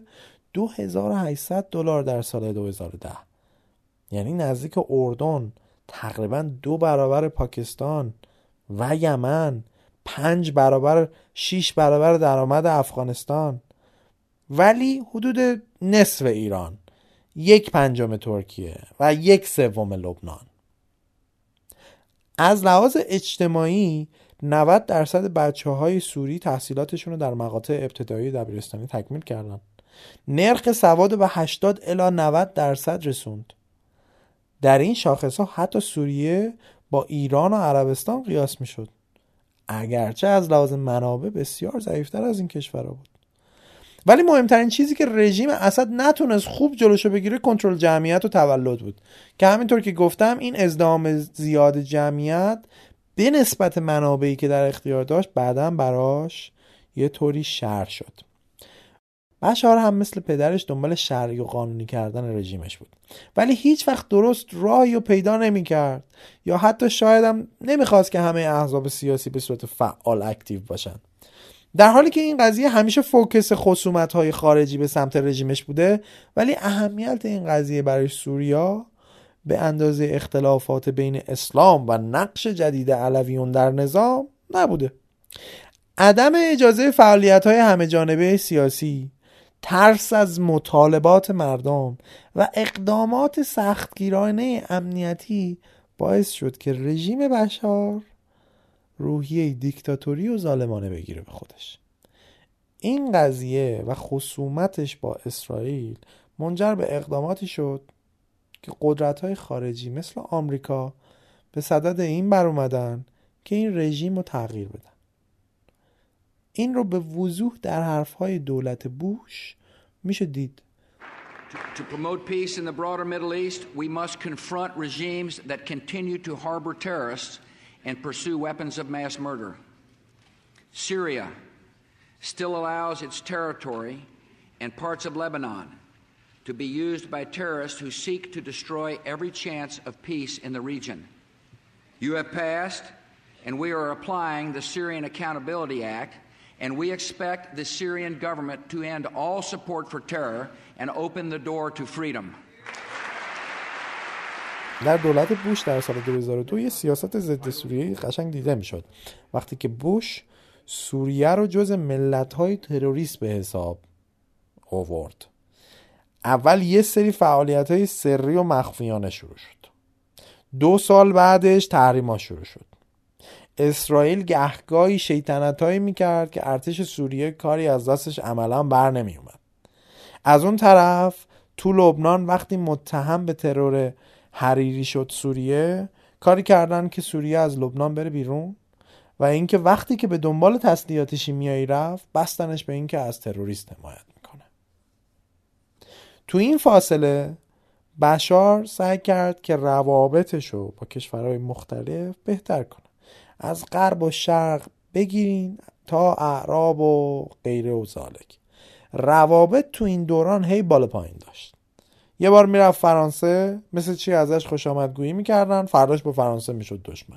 S1: $2,800 در سال 2010. یعنی نزدیک اردن، تقریبا 2 برابر پاکستان و یمن، 5 برابر 6 برابر درآمد افغانستان، ولی حدود نصف ایران، 1/5 ترکیه و 1/3 لبنان. از لحاظ اجتماعی 90% بچه‌های سوری تحصیلاتشون رو در مقاطع ابتدایی دبیرستانی تکمیل کردن. نرخ سواد به 80 الی 90% رسوند. در این شاخص‌ها حتی سوریه با ایران و عربستان قیاس می‌شد، اگرچه از لحاظ منابع بسیار ضعیف‌تر از این کشورها بود. ولی مهمترین چیزی که رژیم اسد نتونست خوب جلوشو بگیره کنترل جمعیت و تولد بود که همینطور که گفتم این ازدحام زیاد جمعیت به نسبت منابعی که در اختیار داشت بعداً براش یه طوری شر شد. بشار هم مثل پدرش دنبال شرعی و قانونی کردن رژیمش بود، ولی هیچ وقت درست راهی رو پیدا نمی کرد یا حتی شاید هم نمیخواست که همه احزاب سیاسی به صورت فعال اکتیو باشن. در حالی که این قضیه همیشه فوکس خصومت‌های خارجی به سمت رژیمش بوده، ولی اهمیت این قضیه برای سوریا به اندازه اختلافات بین اسلام و نقش جدید علویون در نظام نبوده. عدم اجازه فعالیت‌های همه‌جانبه سیاسی، ترس از مطالبات مردم و اقدامات سختگیرانه امنیتی باعث شد که رژیم بشار روحیه دیکتاتوری و ظالمانه بگیره به خودش. این قضیه و خصومتش با اسرائیل منجر به اقداماتی شد که قدرت‌های خارجی مثل آمریکا به صدد این بر اومدن که این رژیم رو تغییر بدن. این رو به وضوح در حرف‌های دولت بوش میشه دید.
S3: To promote peace in the broader Middle East, we must confront regimes that continue to harbor terrorists and pursue weapons of mass murder. Syria still allows its territory and parts of Lebanon to be used by terrorists who seek to destroy every chance of peace in the region. You have passed and we are applying the Syrian Accountability Act, and we expect the Syrian government to end all support for terror and open the door to freedom.
S1: در دولت بوش در سال 2002 یه سیاست ضد سوریه قشنگ دیده میشد وقتی که بوش سوریه رو جز ملت‌های تروریست به حساب آورد. اول یه سری فعالیت‌های سری و مخفیانه شروع شد. 2 سال بعدش تحریم‌ها شروع شد. اسرائیل گهگاهی شیطنتایی میکرد که ارتش سوریه کاری از دستش عملاً بر نمی اومد. از اون طرف تو لبنان وقتی متهم به ترور حریری شد سوریه، کاری کردن که سوریه از لبنان بره بیرون و اینکه وقتی که به دنبال تسلیحات شیمیایی رفت بستنش به اینکه از تروریست حمایت میکنه. تو این فاصله بشار سعی کرد که روابطشو با کشورهای مختلف بهتر کنه. از غرب و شرق بگیرین تا اعراب و غیره و ذالک. روابط تو این دوران هی بالا پایین داشت. یه بار میرفت فرانسه، مثل چی ازش خوش آمدگویی میکردن، فرداش با فرانسه میشد دشمن.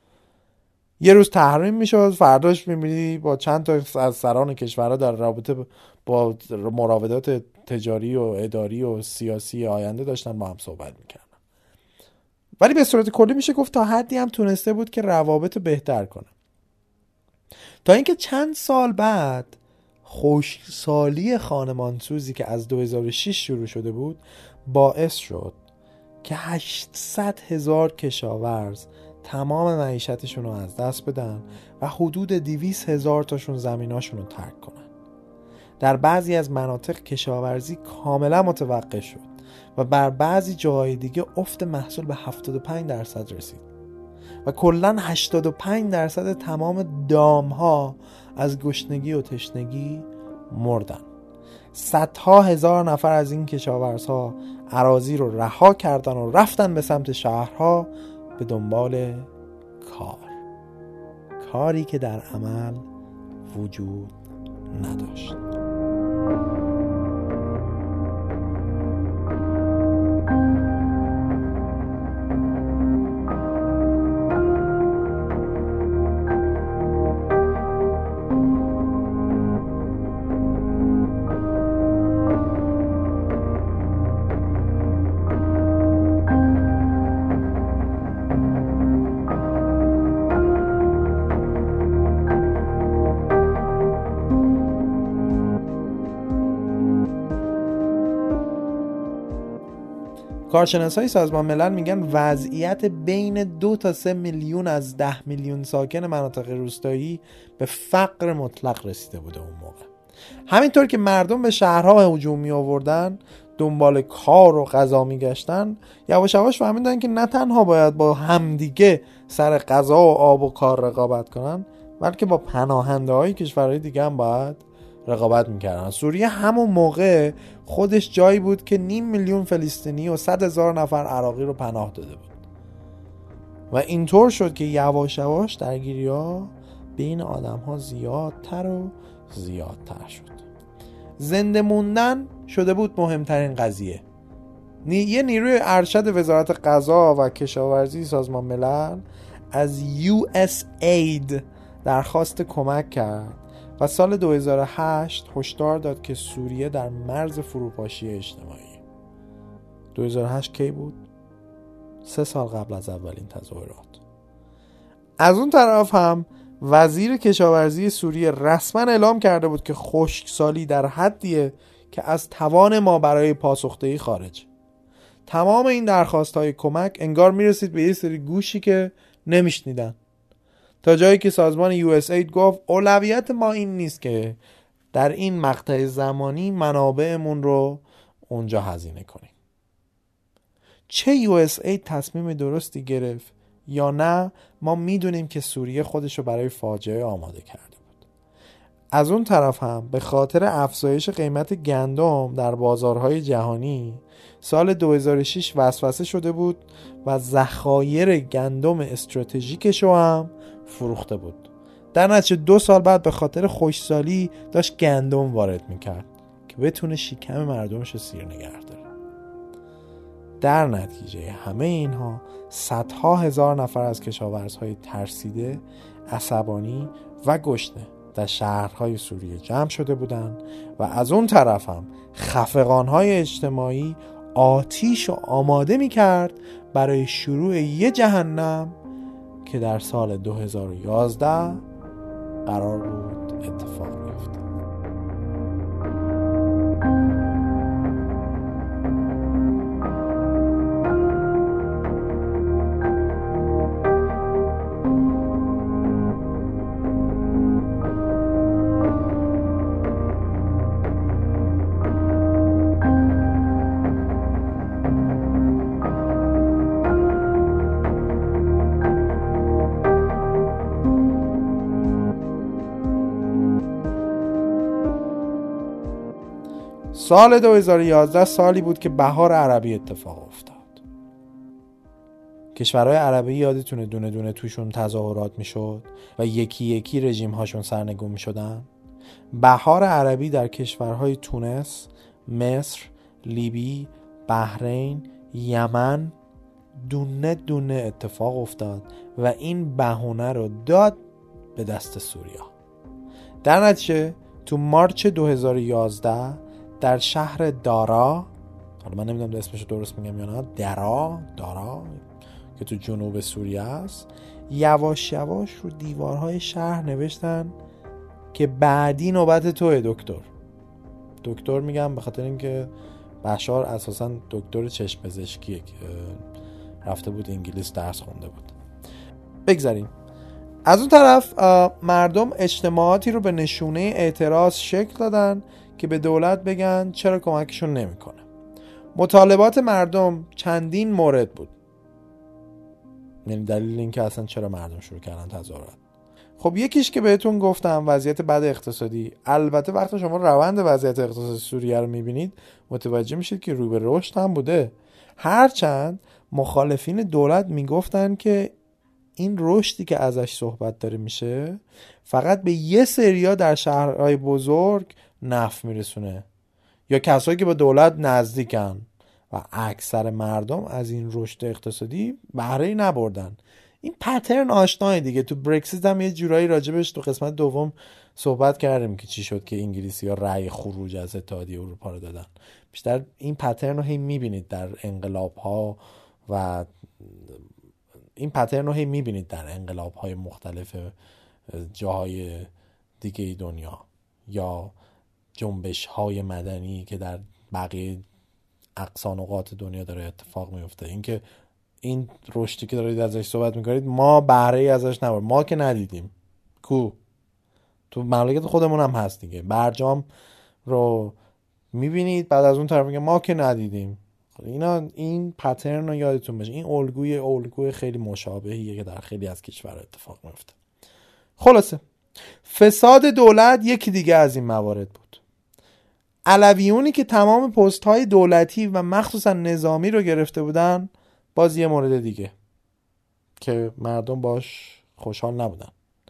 S1: یه روز تحریم میشد، فرداش میبینی با چند تا از سران کشورها در رابطه با مراودات تجاری و اداری و سیاسی آینده داشتن با هم صحبت میکردن. ولی به صورت کلی میشه گفت تا حدی هم تونسته بود که روابط بهتر کنه. تا اینکه چند سال بعد خشکسالی خانمانسوزی که از 2006 شروع شده بود باعث شد که 800,000 کشاورز تمام معیشتشون رو از دست بدن و حدود 200,000 تاشون زمیناشون رو ترک کنن. در بعضی از مناطق کشاورزی کاملا متوقف شد و بر بعضی جاهای دیگه افت محصول به 75% رسید و کلاً 85% تمام دامها از گشنگی و تشنگی مردن. صدها هزار نفر از این کشاورزها اراضی رو رها کردن و رفتن به سمت شهرها به دنبال کاری که در عمل وجود نداشت. کارشناسای سازمان ملل میگن وضعیت بین 2 تا 3 میلیون از 10 میلیون ساکن مناطق روستایی به فقر مطلق رسیده بوده اون موقع. همینطور که مردم به شهرها هجوم می آوردن، دنبال کار و غذا می گشتن، یواش یواش فهمیدن که نه تنها باید با همدیگه سر غذا و آب و کار رقابت کنن، بلکه با پناهنده های کشورهای دیگه هم باید رقابت میکردن. سوریه همون موقع خودش جایی بود که 500,000 فلسطینی و 100,000 نفر عراقی رو پناه داده بود و اینطور شد که یواش یواش درگیری‌ها بین آدم‌ها زیادتر و زیادتر شد. زنده موندن شده بود مهمترین قضیه. یه نیروی ارشد وزارت غذا و کشاورزی سازمان ملل از USAID درخواست کمک کرد و سال 2008 هشدار داد که سوریه در مرز فروپاشی اجتماعی. 2008 کی بود؟ 3 سال قبل از اولین تظاهرات. از اون طرف هم وزیر کشاورزی سوریه رسما اعلام کرده بود که خشکسالی در حدیه که از توان ما برای پاسخدهی خارج. تمام این درخواست‌های کمک انگار میرسید به یه سری گوشی که نمیشنیدن، تا جایی که سازمان USAID گفت اولویت ما این نیست که در این مقطع زمانی منابعمون رو اونجا هزینه کنیم. چه USAID تصمیم درستی گرفت یا نه، ما میدونیم که سوریه خودش رو برای فاجعه آماده کرده بود. از اون طرف هم به خاطر افزایش قیمت گندم در بازارهای جهانی سال 2006 وسوسه شده بود و ذخایر گندم استراتژیکش رو هم فروخته بود. در نتیجه 2 سال بعد به خاطر خشکسالی داشت گندم وارد میکرد که بتونه شکم مردمش رو سیر نگه داره. در نتیجه همه اینها صدها هزار نفر از کشاورزهای ترسیده، عصبانی و گشنه در شهرهای سوریه جمع شده بودند و از اون طرف هم خفقانهای اجتماعی آتیش رو آماده می کرد برای شروع یه جهنم که در سال 2011 قرار بود اتفاق بیفته. سال 2011 سالی بود که بهار عربی اتفاق افتاد. کشورهای عربی یادتونه دونه دونه توشون تظاهرات میشد و یکی یکی رژیم هاشون سرنگون میشدن. بهار عربی در کشورهای تونس، مصر، لیبی، بحرین، یمن دونه دونه اتفاق افتاد و این بهونه رو داد به دست سوریا. در نتیجه تو مارچ 2011 در شهر دارا، حالا من نمیدونم اسمش درست میگم یا نه، دارا که تو جنوب سوریه است، یواش یواش رو دیوارهای شهر نوشتن که بعدی نوبت توه دکتر میگم به خاطر اینکه بشار اساسا دکتر چشم پزشکیه که رفته بود انگلیس درس خونده بود. بگذاریم. از اون طرف مردم اجتماعاتی رو به نشونه اعتراض شکل دادن که به دولت بگن چرا کمکشون نمیکنه. مطالبات مردم چندین مورد بود. یعنی دلیل این که اصلا چرا مردم شروع کردن تظاهرات. خب یکیش که بهتون گفتم وضعیت بد اقتصادی. البته وقتی شما روند وضعیت اقتصادی سوریه رو میبینید متوجه میشید که رو به رشد هم بوده. هرچند مخالفین دولت میگفتن که این رشدی که ازش صحبت داره میشه فقط به یه سریا در شهرهای بزرگ نفع میرسونه یا کسایی که به دولت نزدیکن و اکثر مردم از این رشد اقتصادی بهره‌ای نبردن. این پترن آشنای دیگه. تو برکسیت هم یه جورایی راجبش تو قسمت دوم صحبت کردیم که چی شد که انگلیسی‌ها رأی خروج از اتحادیه اروپا رو دادن. بیشتر این پترن رو هی میبینید در انقلاب‌ها و این پترن رو هی میبینید در انقلاب‌های مختلف جاهای دیگه دنیا یا جنبش‌های مدنی که در بقیه اقصا نقاط دنیا داره اتفاق میفته. اینکه این رشدی که دارید ازش صحبت میکنید ما بهره‌ای ازش نبرد، ما که ندیدیم. کو تو مملکت خودمون هم هست دیگه. برجام رو میبینید بعد از اون طرف میگه ما که ندیدیم. این پترن رو یادتون باشه. این الگوی خیلی مشابهیه که در خیلی از کشورها اتفاق میفته. خلاصه فساد دولت یکی دیگه از این موارد بود. علویونی که تمام پست های دولتی و مخصوصا نظامی رو گرفته بودن باز یه مورد دیگه که مردم باش خوشحال نبودن.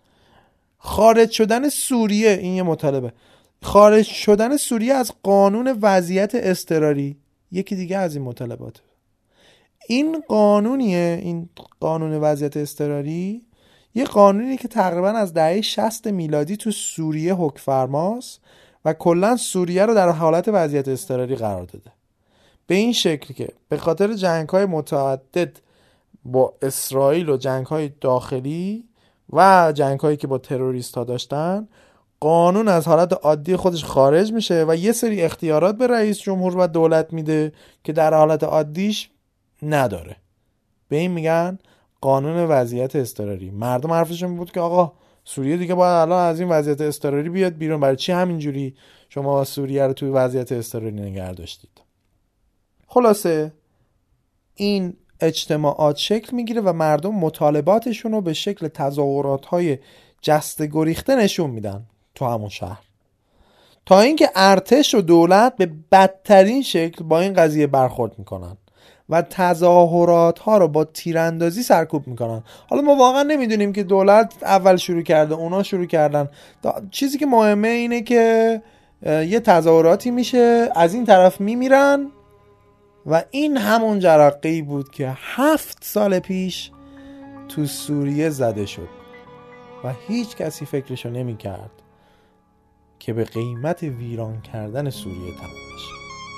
S1: خارج شدن سوریه، این یه مطالبه، خارج شدن سوریه از قانون وضعیت اضطراری یکی دیگه از این مطالبات. این قانونیه، این قانون وضعیت اضطراری یه قانونی که تقریبا از دهه 60 میلادی تو سوریه حکم فرماست و کلا سوریه رو در حالت وضعیت اضطراری قرار داده. به این شکل که به خاطر جنگ‌های متعدد با اسرائیل و جنگ‌های داخلی و جنگ‌هایی که با تروریست‌ها داشتن، قانون از حالت عادی خودش خارج میشه و یه سری اختیارات به رئیس جمهور و دولت میده که در حالت عادیش نداره. به این میگن قانون وضعیت اضطراری. مردم حرفشون بود که آقا سوریه دیگه باید الان از این وضعیت اضطراری بیاد بیرون. برای چی همینجوری شما سوریه رو توی وضعیت اضطراری نگه داشتید؟ خلاصه این اجتماعات شکل میگیره و مردم مطالباتشون رو به شکل تظاهرات‌های جسته گریخته نشون میدن تو همون شهر، تا اینکه ارتش و دولت به بدترین شکل با این قضیه برخورد میکنن و تظاهرات ها رو با تیراندازی سرکوب میکنن. حالا ما واقعا نمیدونیم که دولت اول شروع کرده اونا شروع کردن. چیزی که مهمه اینه که یه تظاهراتی میشه، از این طرف میمیرن و این همون جرقه‌ای بود که 7 سال پیش تو سوریه زده شد و هیچ کسی فکرشو نمی کرد که به قیمت ویران کردن سوریه تمام بشه.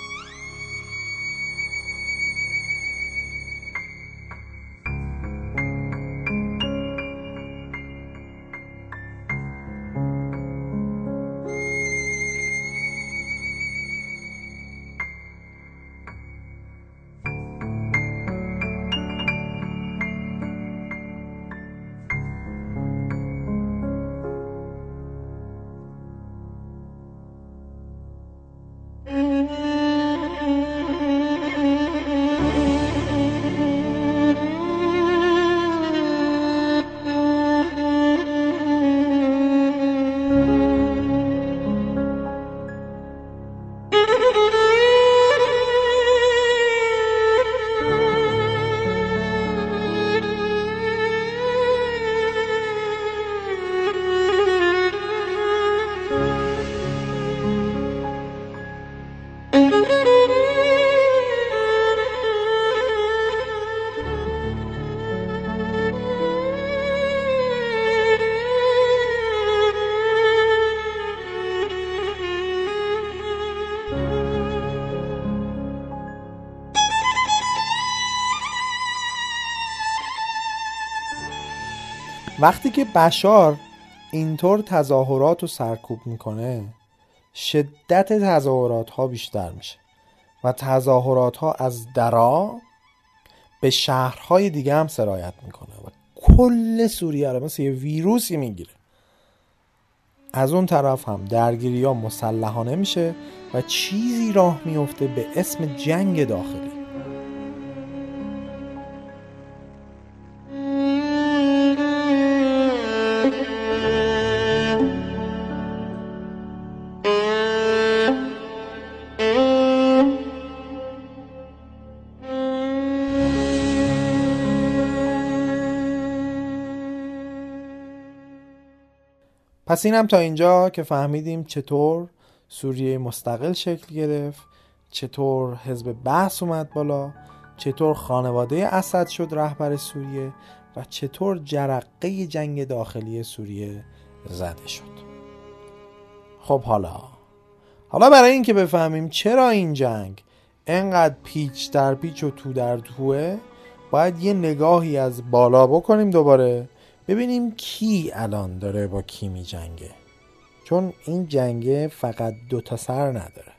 S1: وقتی که بشار اینطور تظاهرات رو سرکوب میکنه، شدت تظاهرات ها بیشتر میشه و تظاهرات ها از درا به شهرهای دیگه هم سرایت میکنه و کل سوریه رو مثل یه ویروسی میگیره. از اون طرف هم درگیری ها مسلحانه میشه و چیزی راه میفته به اسم جنگ داخلی. پس اینم تا اینجا که فهمیدیم چطور سوریه مستقل شکل گرفت، چطور حزب بعث اومد بالا، چطور خانواده اسد شد رهبر سوریه و چطور جرقه جنگ داخلی سوریه زده شد. خب حالا برای این که بفهمیم چرا این جنگ انقدر پیچ در پیچ و تو در توه، باید یه نگاهی از بالا بکنیم دوباره ببینیم کی الان داره با کی می جنگه، چون این جنگه فقط 2 سر نداره.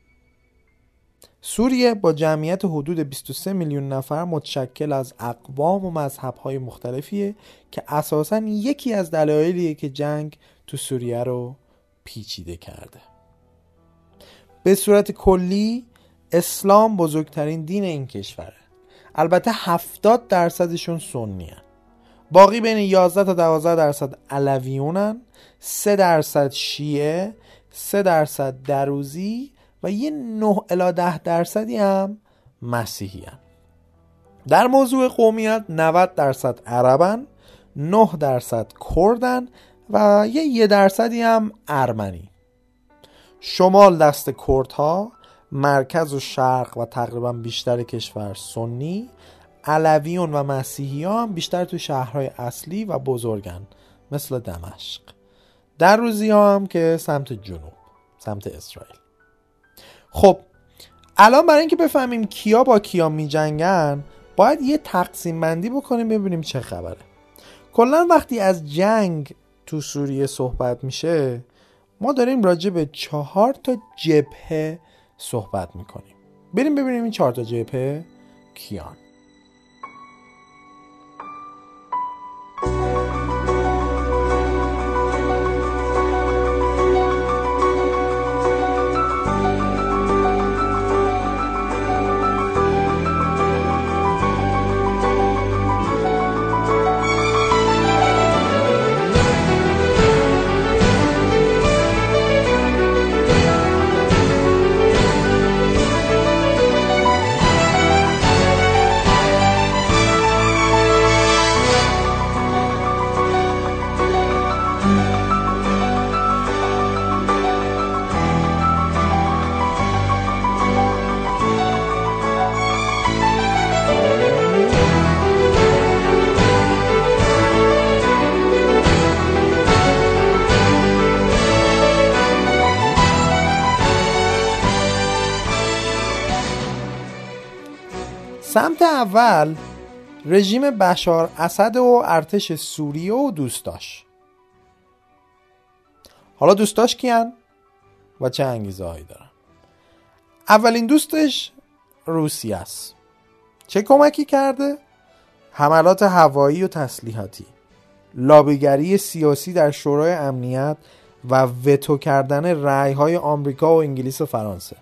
S1: سوریه با جمعیت حدود 23 میلیون نفر متشکل از اقوام و مذهب‌های مختلفیه که اساساً یکی از دلایلیه که جنگ تو سوریه رو پیچیده کرده. به صورت کلی اسلام بزرگترین دین این کشوره. البته 70% سنی هن. باقی بین 11 تا 12% علویونن، 3% شیعه، 3% دروزی و یه 9 الی 10% هم مسیحی هن. در موضوع قومیت 90% عربن، 9% کردن و یه 1% هم ارمنی. شمال دست کردها، مرکز و شرق و تقریبا بیشتر کشور سنی، علویون و مسیحی ها هم بیشتر تو شهرهای اصلی و بزرگن مثل دمشق. دروزی ها هم که سمت جنوب، سمت اسرائیل. خب الان برای اینکه بفهمیم کیا با کیا می جنگن باید یه تقسیم بندی بکنیم ببینیم چه خبره. کلا وقتی از جنگ تو سوریه صحبت میشه ما داریم راجع به 4 جبهه صحبت میکنیم. بریم ببینیم این 4 جبهه کیان. سمت اول رژیم بشار اسد و ارتش سوریه و دوستاش. حالا دوستاش کیان و چه انگیزه هایی دارن؟ اولین دوستش روسیه است. چه کمکی کرده؟ حملات هوایی و تسلیحاتی، لابیگری سیاسی در شورای امنیت و وتو کردن رأی‌های آمریکا و انگلیس و فرانسه.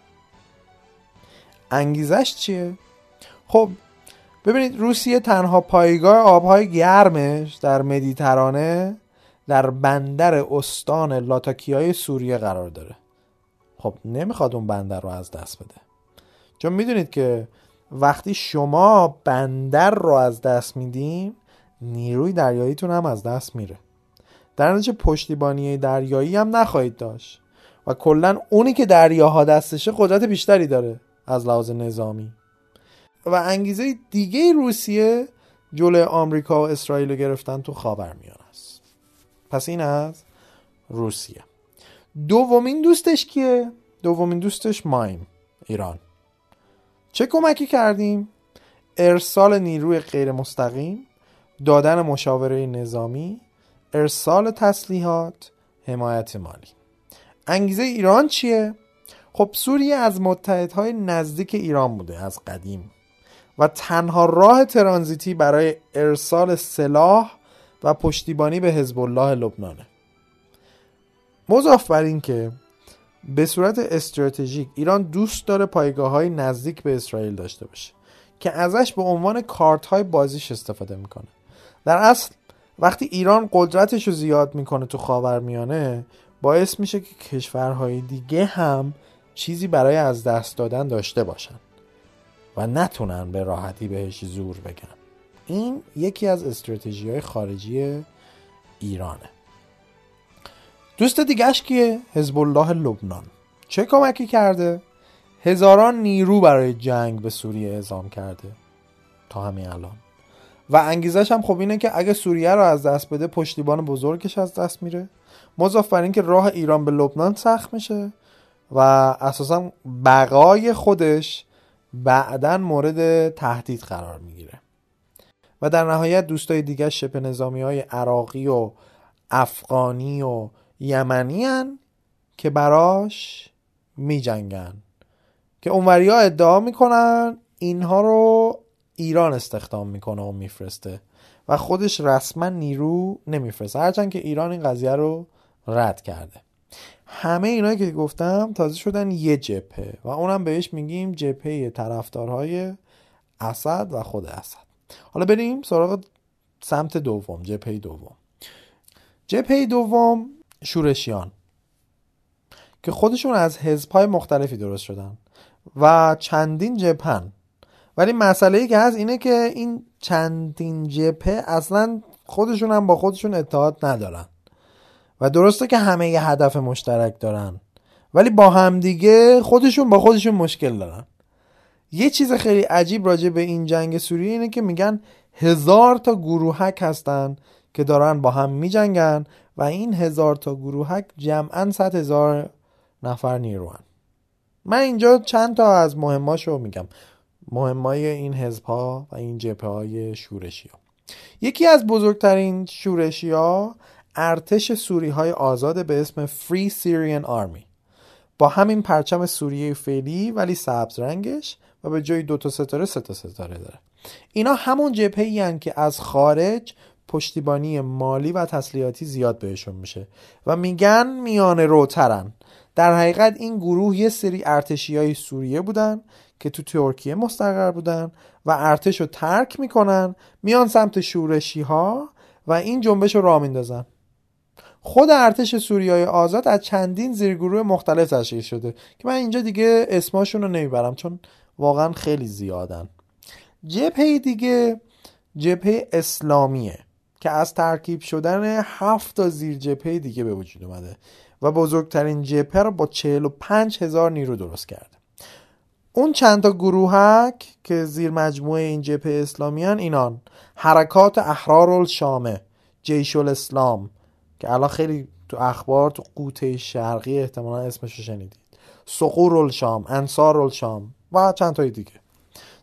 S1: انگیزش چیه؟ خب ببینید، روسیه تنها پایگاه آبهای گرمش در مدیترانه در بندر استان لاتاکیای سوریه قرار داره. خب نمیخواد اون بندر رو از دست بده، چون میدونید که وقتی شما بندر رو از دست میدین نیروی دریاییتون هم از دست میره. در نتیجه پشتیبانی دریایی هم نخواهید داشت و کلن اونی که دریاها دستشه قدرت بیشتری داره از لحاظ نظامی. و انگیزه دیگه روسیه جلوی آمریکا و اسرائیل رو گرفتن تو خاورمیانه است. پس این از روسیه. دومین دوستش کیه؟ دومین دوستش مایم، ایران. چه کمکی کردیم؟ ارسال نیروی غیر مستقیم، دادن مشاوره نظامی، ارسال تسلیحات، حمایت مالی. انگیزه ایران چیه؟ خب سوریه از متحدهای نزدیک ایران بوده از قدیم و تنها راه ترانزیتی برای ارسال سلاح و پشتیبانی به حزب الله لبنانه. مضاف بر این که به صورت استراتژیک ایران دوست داره پایگاه‌های نزدیک به اسرائیل داشته باشه که ازش به عنوان کارت‌های بازیش استفاده میکنه. در اصل وقتی ایران قدرتش رو زیاد میکنه تو خاورمیانه، باعث میشه که کشورهای دیگه هم چیزی برای از دست دادن داشته باشن و نتونن به راحتی بهش زور بگن. این یکی از استراتژی‌های خارجی ایرانه. دوست دیگه‌اش کیه؟ حزب الله لبنان. چه کمکی کرده؟ هزاران نیرو برای جنگ به سوریه اعزام کرده تا همین الان. و انگیزش هم خب اینه که اگه سوریه رو از دست بده پشتیبان بزرگش از دست میره. مضاف بر این که راه ایران به لبنان سخت میشه و اساسا بقای خودش بعداً مورد تهدید قرار میگیره. و در نهایت دوستای دیگه شبه نظامی‌های عراقی و افغانی و یمنی هن که براش می جنگن، که اونوریا ادعا میکنن اینها رو ایران استخدام میکنه و میفرسته و خودش رسما نیرو نمیفرسته، هرچند که ایران این قضیه رو رد کرده. همه اینایی که گفتم تازه شدن یه جبهه و اونم بهش میگیم جبهه طرفدارهای اسد و خود اسد. حالا بریم سراغ سمت دوم، جبهه دوم. جبهه دوم شورشیان که خودشون از حزب‌های مختلفی درست شدن و چندین جبهن، ولی مسئله‌ای که هست اینه که این چندین جبهه اصلا خودشون هم با خودشون اتحاد ندارن و درسته که همه یه هدف مشترک دارن ولی با همدیگه خودشون با خودشون مشکل دارن. یه چیز خیلی عجیب راجع به این جنگ سوریه اینه که میگن 1000 تا گروهک هستن که دارن با هم میجنگن و این 1000 تا گروهک جمعاً 100,000 نفر نیروان. من اینجا چند تا از مهماشو میگم، مهمای این حزب‌ها و این جبهه‌های شورشی‌ها. یکی از بزرگترین شورشی‌ها ارتش سوریهای آزاد به اسم Free Syrian Army با همین پرچم سوریه فعلی ولی سبز رنگش و به جای 2 تا ستاره 3 تا ستاره داره. اینا همون جبهه‌ای هستند که از خارج پشتیبانی مالی و تسلیحاتی زیاد بهشون میشه و میگن میانه روترن. در حقیقت این گروه یه سری ارتشیای سوریه بودن که تو ترکیه مستقر بودن و ارتش رو ترک میکنن، میان سمت شورشی ها و این جنبش رو راه میندازن. خود ارتش سوریه آزاد از چندین زیرگروه مختلف تشکیل شده که من اینجا دیگه اسماشون رو نمیبرم چون واقعا خیلی زیادن. جبهه دیگه جبهه اسلامیه که از ترکیب شدن 7 تا زیر جبهه دیگه به وجود اومده و بزرگترین جبهه رو با 45,000 نیرو درست کرده. اون چند تا گروهک که زیر مجموعه این جبهه اسلامی هن اینان: حرکات احرار الشامه، جیش الاسلام که الان خیلی تو اخبار تو قوطه شرقی احتمالا اسمشو شنیدید، ثغور الشام، انصار الشام و چند تای دیگه.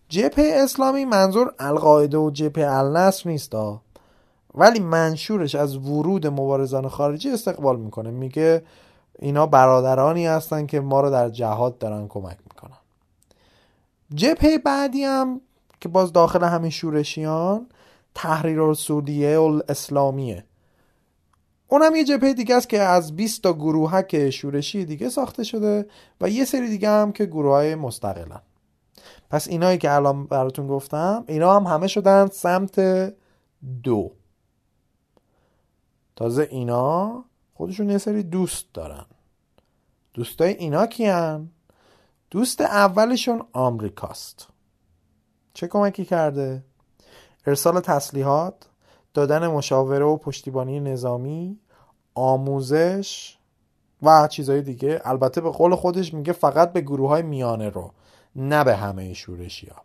S1: جبهه اسلامی منظور القاعده و جبهه النصر نیست ولی منشورش از ورود مبارزان خارجی استقبال میکنه، میگه اینا برادرانی هستن که ما رو در جهاد دارن کمک میکنن. جبهه بعدی هم که باز داخل همین شورشیان تحریر السوریه الاسلامیه، اونم یه جبهه دیگه است که از 20 تا گروهک شورشی دیگه ساخته شده و یه سری دیگه هم که گروهای مستقلن. پس اینایی که الان براتون گفتم اینا هم همه شدن سمت 2. تازه اینا خودشون یه سری دوست دارن. دوستای اینا کیان؟ دوست اولشون آمریکاست. چه کمکی کرده؟ ارسال تسلیحات، دادن مشاوره و پشتیبانی نظامی، آموزش و چیزهای دیگه. البته به قول خودش میگه فقط به گروه‌های میانه رو، نه به همه شورشی‌ها.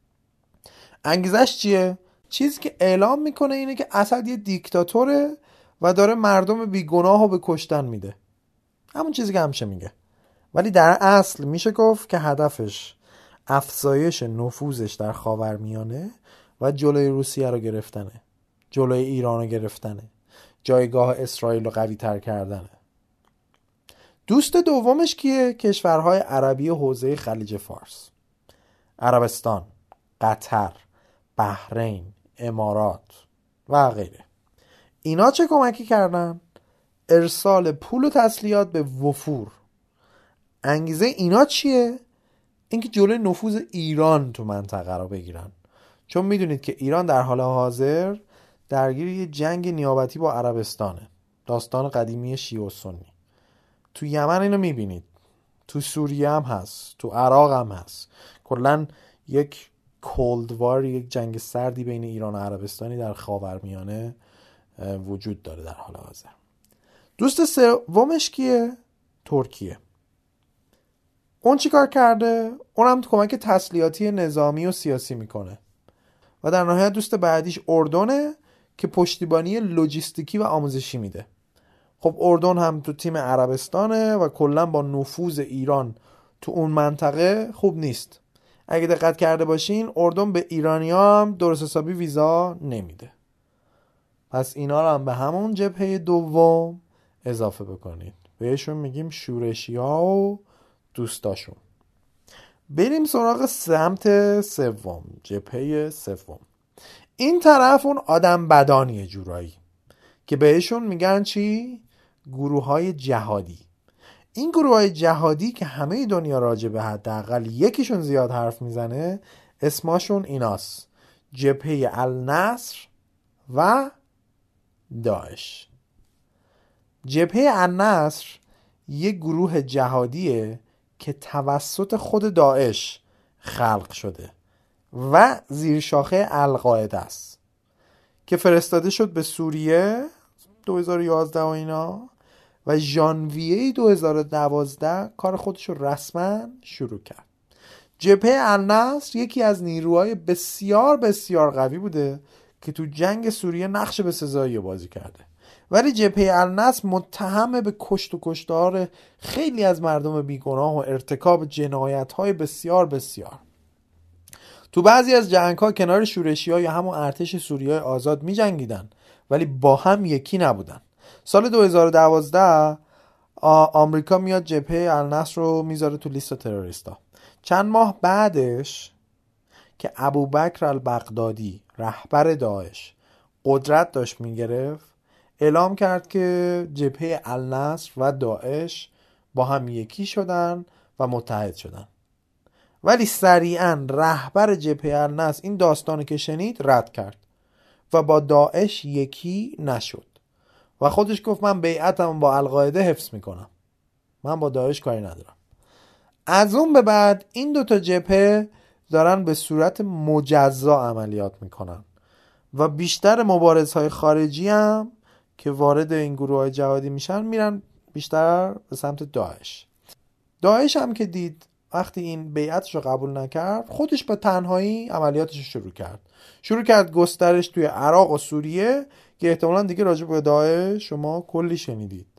S1: انگیزش چیه؟ چیزی که اعلام میکنه اینه که اسد یه دیکتاتوره و داره مردم بیگناه رو به کشتن میده. همون چیزی که همیشه میگه. ولی در اصل میشه گفت که هدفش افزایش نفوذش در خاورمیانه و جلوی روسیه رو گرفتنه، جلوی ایران رو گرفتنه، جایگاه اسرائیل رو قوی تر کردنه. دوست دومش کیه؟ کشورهای عربی حوزه خلیج فارس، عربستان، قطر، بحرین، امارات و غیره. اینا چه کمکی کردن؟ ارسال پول و تسلیحات به وفور. انگیزه اینا چیه؟ اینکه جلوی نفوذ ایران تو منطقه رو بگیرن، چون میدونید که ایران در حال حاضر درگیر یه جنگ نیابتی با عربستانه. داستان قدیمی شیعه و سنی. تو یمن اینو میبینید، تو سوریه هم هست، تو عراق هم هست. کلن یک کولد وار، یک جنگ سردی بین ایران و عربستانی در خاورمیانه وجود داره در حال حاضر. دوست سومش کیه؟ ترکیه. اون چی کار کرده؟ اونم کمک تسلیحاتی نظامی و سیاسی میکنه. و در نهایت دوست بعدیش اردنه که پشتیبانی لوجستیکی و آموزشی میده. خب اردن هم تو تیم عربستانه و کلا با نفوذ ایران تو اون منطقه خوب نیست. اگه دقت کرده باشین اردن به ایرانی‌ها هم درست حسابی ویزا نمیده. پس اینا رو هم به همون جبهه دوم اضافه بکنید. بهشون میگیم شورشی‌ها و دوستاشون. بریم سراغ سمت سوم، جبهه سوم. این طرف اون آدم بدانیه جورایی که بهشون میگن چی؟ گروه‌های جهادی. این گروه‌های جهادی که همه دنیا راجع به حداقل یکیشون زیاد حرف میزنه، اسمشون ایناست: جبهه النصر و داعش. جبهه النصر یک گروه جهادیه که توسط خود داعش خلق شده و زیر شاخه القاعده است که فرستاده شد به سوریه 2011 و اینا و ژانویه 2012 کار خودش رو رسما شروع کرد. جبهه النصر یکی از نیروهای بسیار بسیار قوی بوده که تو جنگ سوریه نقش بسزایی بازی کرده، ولی جبهه النصر متهم به کشت و کشتار خیلی از مردم بیگناه و ارتکاب جنایت‌های بسیار بسیار. تو بعضی از جنگ‌ها کنار شورشی‌ها یا همون ارتش سوریه آزاد می‌جنگیدن ولی با هم یکی نبودن. سال 2012 آمریکا میاد جبهه النصر رو میذاره تو لیست تروریستا. چند ماه بعدش که ابوبکر البغدادی رهبر داعش قدرت داشت میگرفت، اعلام کرد که جبهه النصر و داعش با هم یکی شدن و متحد شدن. ولی سریعا رهبر جبهه النصر این داستانی که شنید رد کرد و با داعش یکی نشد و خودش گفت من بیعتم با القاعده حفظ میکنم، من با داعش کاری ندارم. از اون به بعد این دوتا جبهه دارن به صورت مجزا عملیات میکنن و بیشتر مبارزهای خارجی هم که وارد این گروه‌های جهادی میشن میرن بیشتر به سمت داعش. داعش هم که دید وقتی این بیعتش رو قبول نکرد، خودش به تنهایی عملیاتش رو شروع کرد گسترش توی عراق و سوریه که احتمالاً دیگه راجع به داعش شما کلی شنیدید.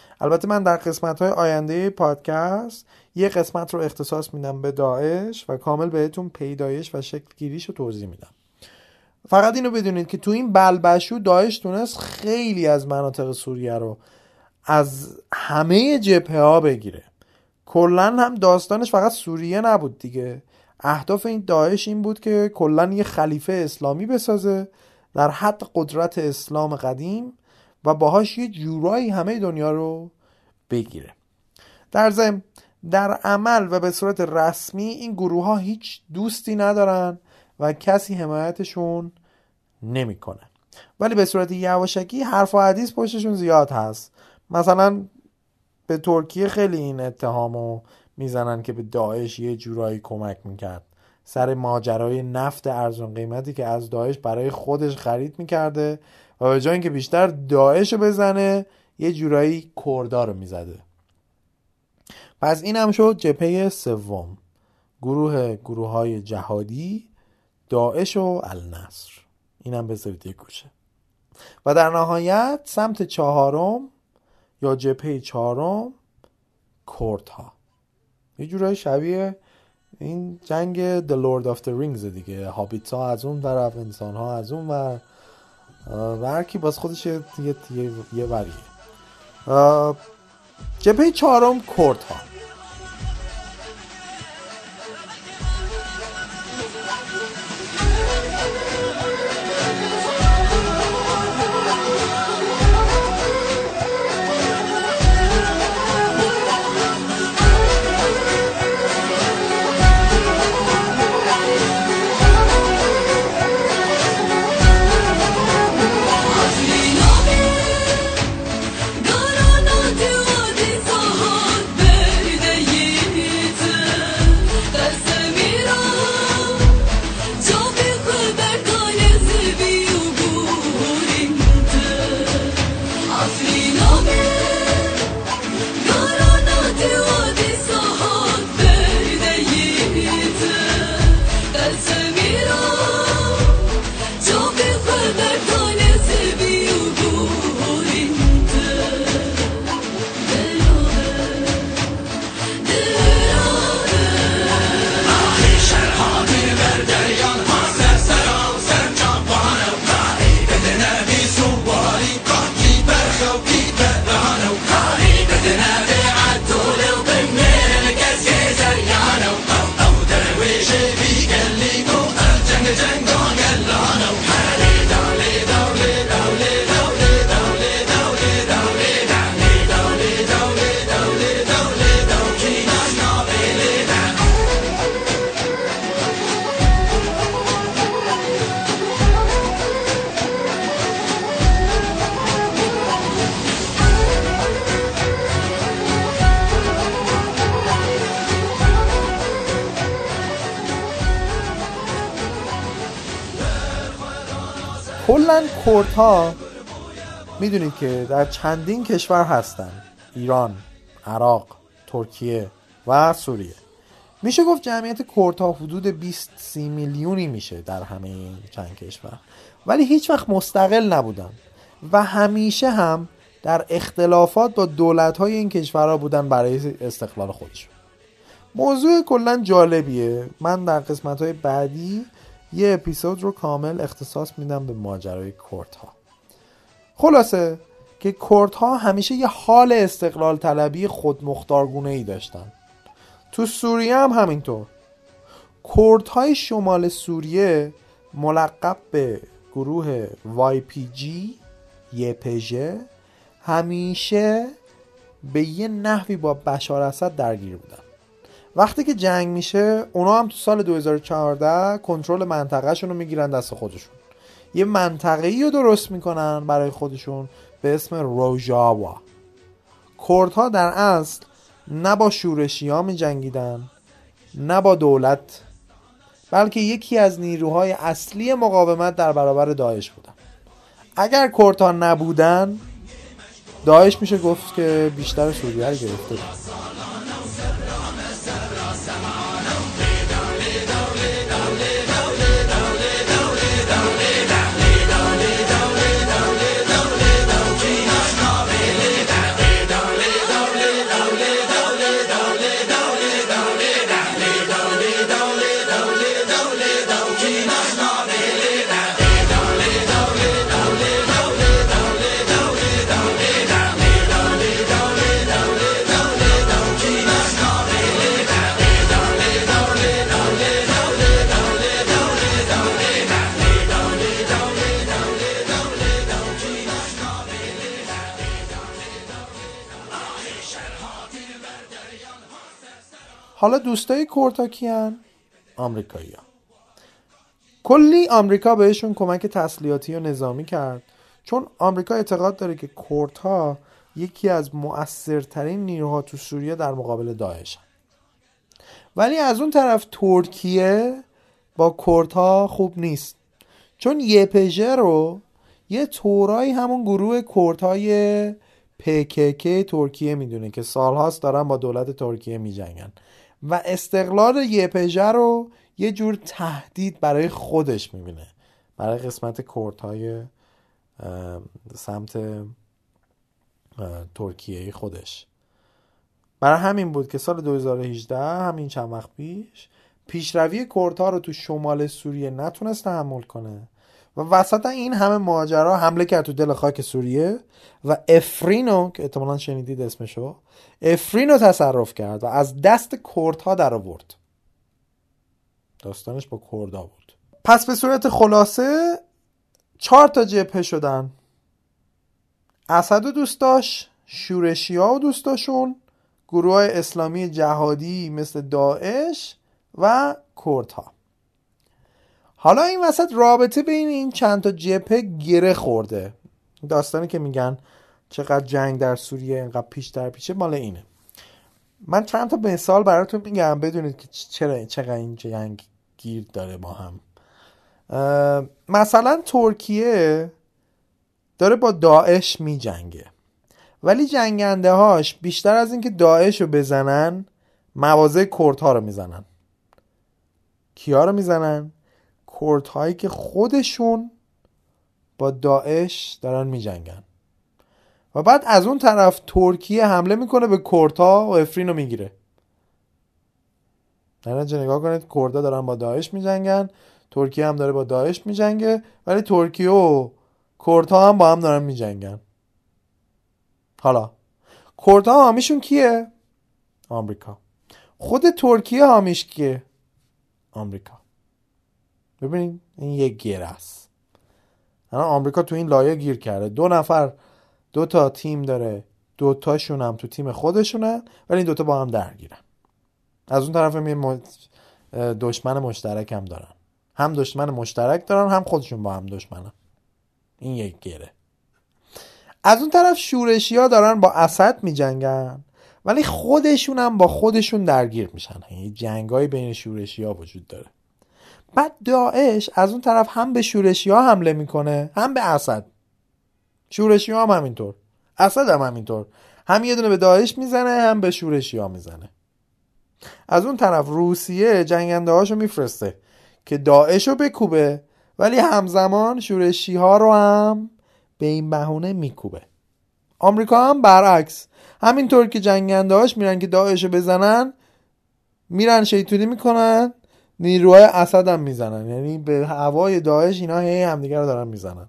S1: البته من در قسمت‌های آینده پادکست یه قسمت رو اختصاص میدم به داعش و کامل بهتون پیدایش و شکل گیریش رو توضیح میدم. فقط اینو بدونید که تو این بلبشو داعش تونست خیلی از مناطق سوریه رو از همه جبهه‌ها بگیره. کلن هم داستانش فقط سوریه نبود دیگه. اهداف این داعش این بود که کلن یه خلیفه اسلامی بسازه در حد قدرت اسلام قدیم و باهاش یه جورایی همه دنیا رو بگیره. در ضمن در عمل و به صورت رسمی این گروه ها هیچ دوستی ندارن و کسی حمایتشون نمیکنه، ولی به صورت یواشکی حرف و حدیث پشتشون زیاد هست. مثلا به ترکیه خیلی این اتهامو میزنن که به داعش یه جورایی کمک میکرد سر ماجرای نفت ارزان قیمتی که از داعش برای خودش خرید میکرده و به جای اینکه بیشتر داعش رو بزنه یه جورایی کردا رو میزده. پس این هم شد جبهه سوم، گروه های جهادی داعش و النصر. این هم بذارید یک گوشه. و در نهایت سمت چهارم یا جبهه چهارم کردها، یه جورایی شبیه این جنگ The Lord of the Rings دیگه. هابیت ها از اون طرف، انسان ها از اون و هرکی باز خودش یه وریه. جبهه چهارم کردها. کلن کردها میدونید که در چندین کشور هستن: ایران، عراق، ترکیه و سوریه. میشه گفت جمعیت کردها حدود 20-30 میلیونی میشه در همه این چند کشور، ولی هیچ وقت مستقل نبودن و همیشه هم در اختلافات با دولت‌های این کشورها بودن برای استقلال خودشون. موضوع کلن جالبیه. من در قسمت‌های بعدی یه اپیزود رو کامل اختصاص میدم به ماجرای کردها. خلاصه که کردها همیشه یه حال استقلال طلبی خودمختارگونه‌ای داشتن. تو سوریه هم همینطور. کردهای شمال سوریه ملقب به گروه YPG YPG همیشه به یه نحوی با بشار اسد درگیر بودن. وقتی که جنگ میشه اونا هم تو سال 2014 کنترل منطقه‌شون رو میگیرن دست خودشون. یه منطقه‌ای رو درست میکنن برای خودشون به اسم روژاوا. کردها در اصل نه با شورشی‌ها می‌جنگیدن نه با دولت، بلکه یکی از نیروهای اصلی مقاومت در برابر داعش بودن. اگر کردها نبودن داعش میشه گفت که بیشتر سوریه رو گرفته بود. حالا دوستای کردها کیان؟ آمریکایی‌ها. کلی آمریکا بهشون کمک تسلیحاتی و نظامی کرد، چون آمریکا اعتقاد داره که کردها یکی از مؤثرترین نیروها تو سوریه در مقابل داعش هست. ولی از اون طرف ترکیه با کردها خوب نیست، چون YPJ رو یه طورایی همون گروه کردهای PKK ترکیه میدونه که سالهاست دارن با دولت ترکیه میجنگن و استقلال YPJ رو یه جور تهدید برای خودش میبینه، برای قسمت کردهای سمت ترکیه خودش. برای همین بود که سال 2018 همین چند وقت پیشروی کردها رو تو شمال سوریه نتونست تحمل کنه و وسط این همه ماجرا حمله کرد تو دل خاک سوریه و افرینو که احتمالاً شنیدید اسمشو، افرینو تصرف کرد و از دست کردها در آورد. داستانش با کردها بود. پس به صورت خلاصه 4 تا جبهه شدن. اسد رو دوست داشت، شورشی‌ها رو دوست داشتون، گروه های اسلامی جهادی مثل داعش و کردها. حالا این وسط رابطه بین این چند تا جبهه گره خورده. داستانی که میگن چقدر جنگ در سوریه اینقدر پیش در پیشه مال اینه. من چند تا مثال براتون میگم بدونید که چقدر این جنگ گیر داره با هم. مثلا ترکیه داره با داعش میجنگه، ولی جنگنده هاش بیشتر از اینکه داعش رو بزنن مواضع کردها رو میزنن. کیا رو میزنن؟ کردهایی که خودشون با داعش دارن میجنگن. و بعد از اون طرف ترکیه حمله میکنه به کردها و افرین رو میگیره. درنجه نگاه کنید، کردها دارن با داعش میجنگن، ترکیه هم داره با داعش میجنگه، ولی ترکیه و کردها هم با هم دارن میجنگن. حالا کردها حامیشون کیه؟ آمریکا. خود ترکیه حامیش کیه؟ آمریکا. ببینید این یک گیر است. آمریکا تو این لایه گیر کرده. 2 نفر 2 تا تیم داره، 2 تاشون هم تو تیم خودشونه، ولی این 2 تا با هم درگیرن. از اون طرف هم دشمن مشترک هم دارن. هم دشمن مشترک دارن، هم خودشون با هم دشمنن. این یک گیره. از اون طرف شورشی‌ها دارن با اسد میجنگن، ولی خودشون هم با خودشون درگیر میشن. یعنی جنگای بین شورشی‌ها وجود داره. بعد داعش از اون طرف هم به شورشی‌ها حمله میکنه، هم به اسد. شورشی‌ها هم همینطور، اسد هم همینطور. هم یه دونه به داعش میزنه، هم به شورشی‌ها میزنه. از اون طرف روسیه جنگنده هاشو میفرسته که داعش رو بکوبه، ولی همزمان شورشی‌ها رو هم به این بهونه میکوبه. آمریکا هم برعکس، همینطور که جنگنده هاش میرن که داعش رو بزنن، میرن شیطونی میکنن، نیروهای اسد هم میزنن. یعنی به هوای داعش اینا هی همدیگه رو دارن میزنن.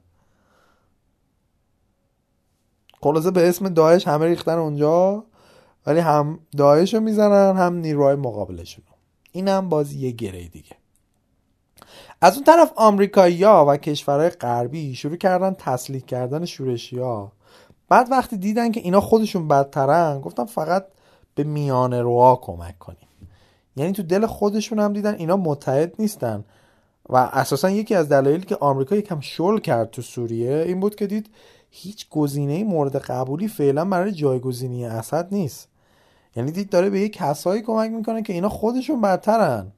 S1: خلاصه به اسم داعش همه ریختن اونجا، ولی هم داعش رو میزنن هم نیروهای مقابلشون. این هم باز یه گره دیگه. از اون طرف آمریکایی‌ها و کشورهای غربی شروع کردن تسلیح کردن شورشی‌ها. بعد وقتی دیدن که اینا خودشون بدترن، گفتن فقط به میانه روها کمک کنیم. یعنی تو دل خودشون هم دیدن اینا متحد نیستن و اساسا یکی از دلایلی که آمریکا یکم شل کرد تو سوریه این بود که دید هیچ گزینه‌ای مورد قبولی فعلا برای جایگزینی اسد نیست. یعنی دید داره به یک کسایی کمک میکنه که اینا خودشون بدترن.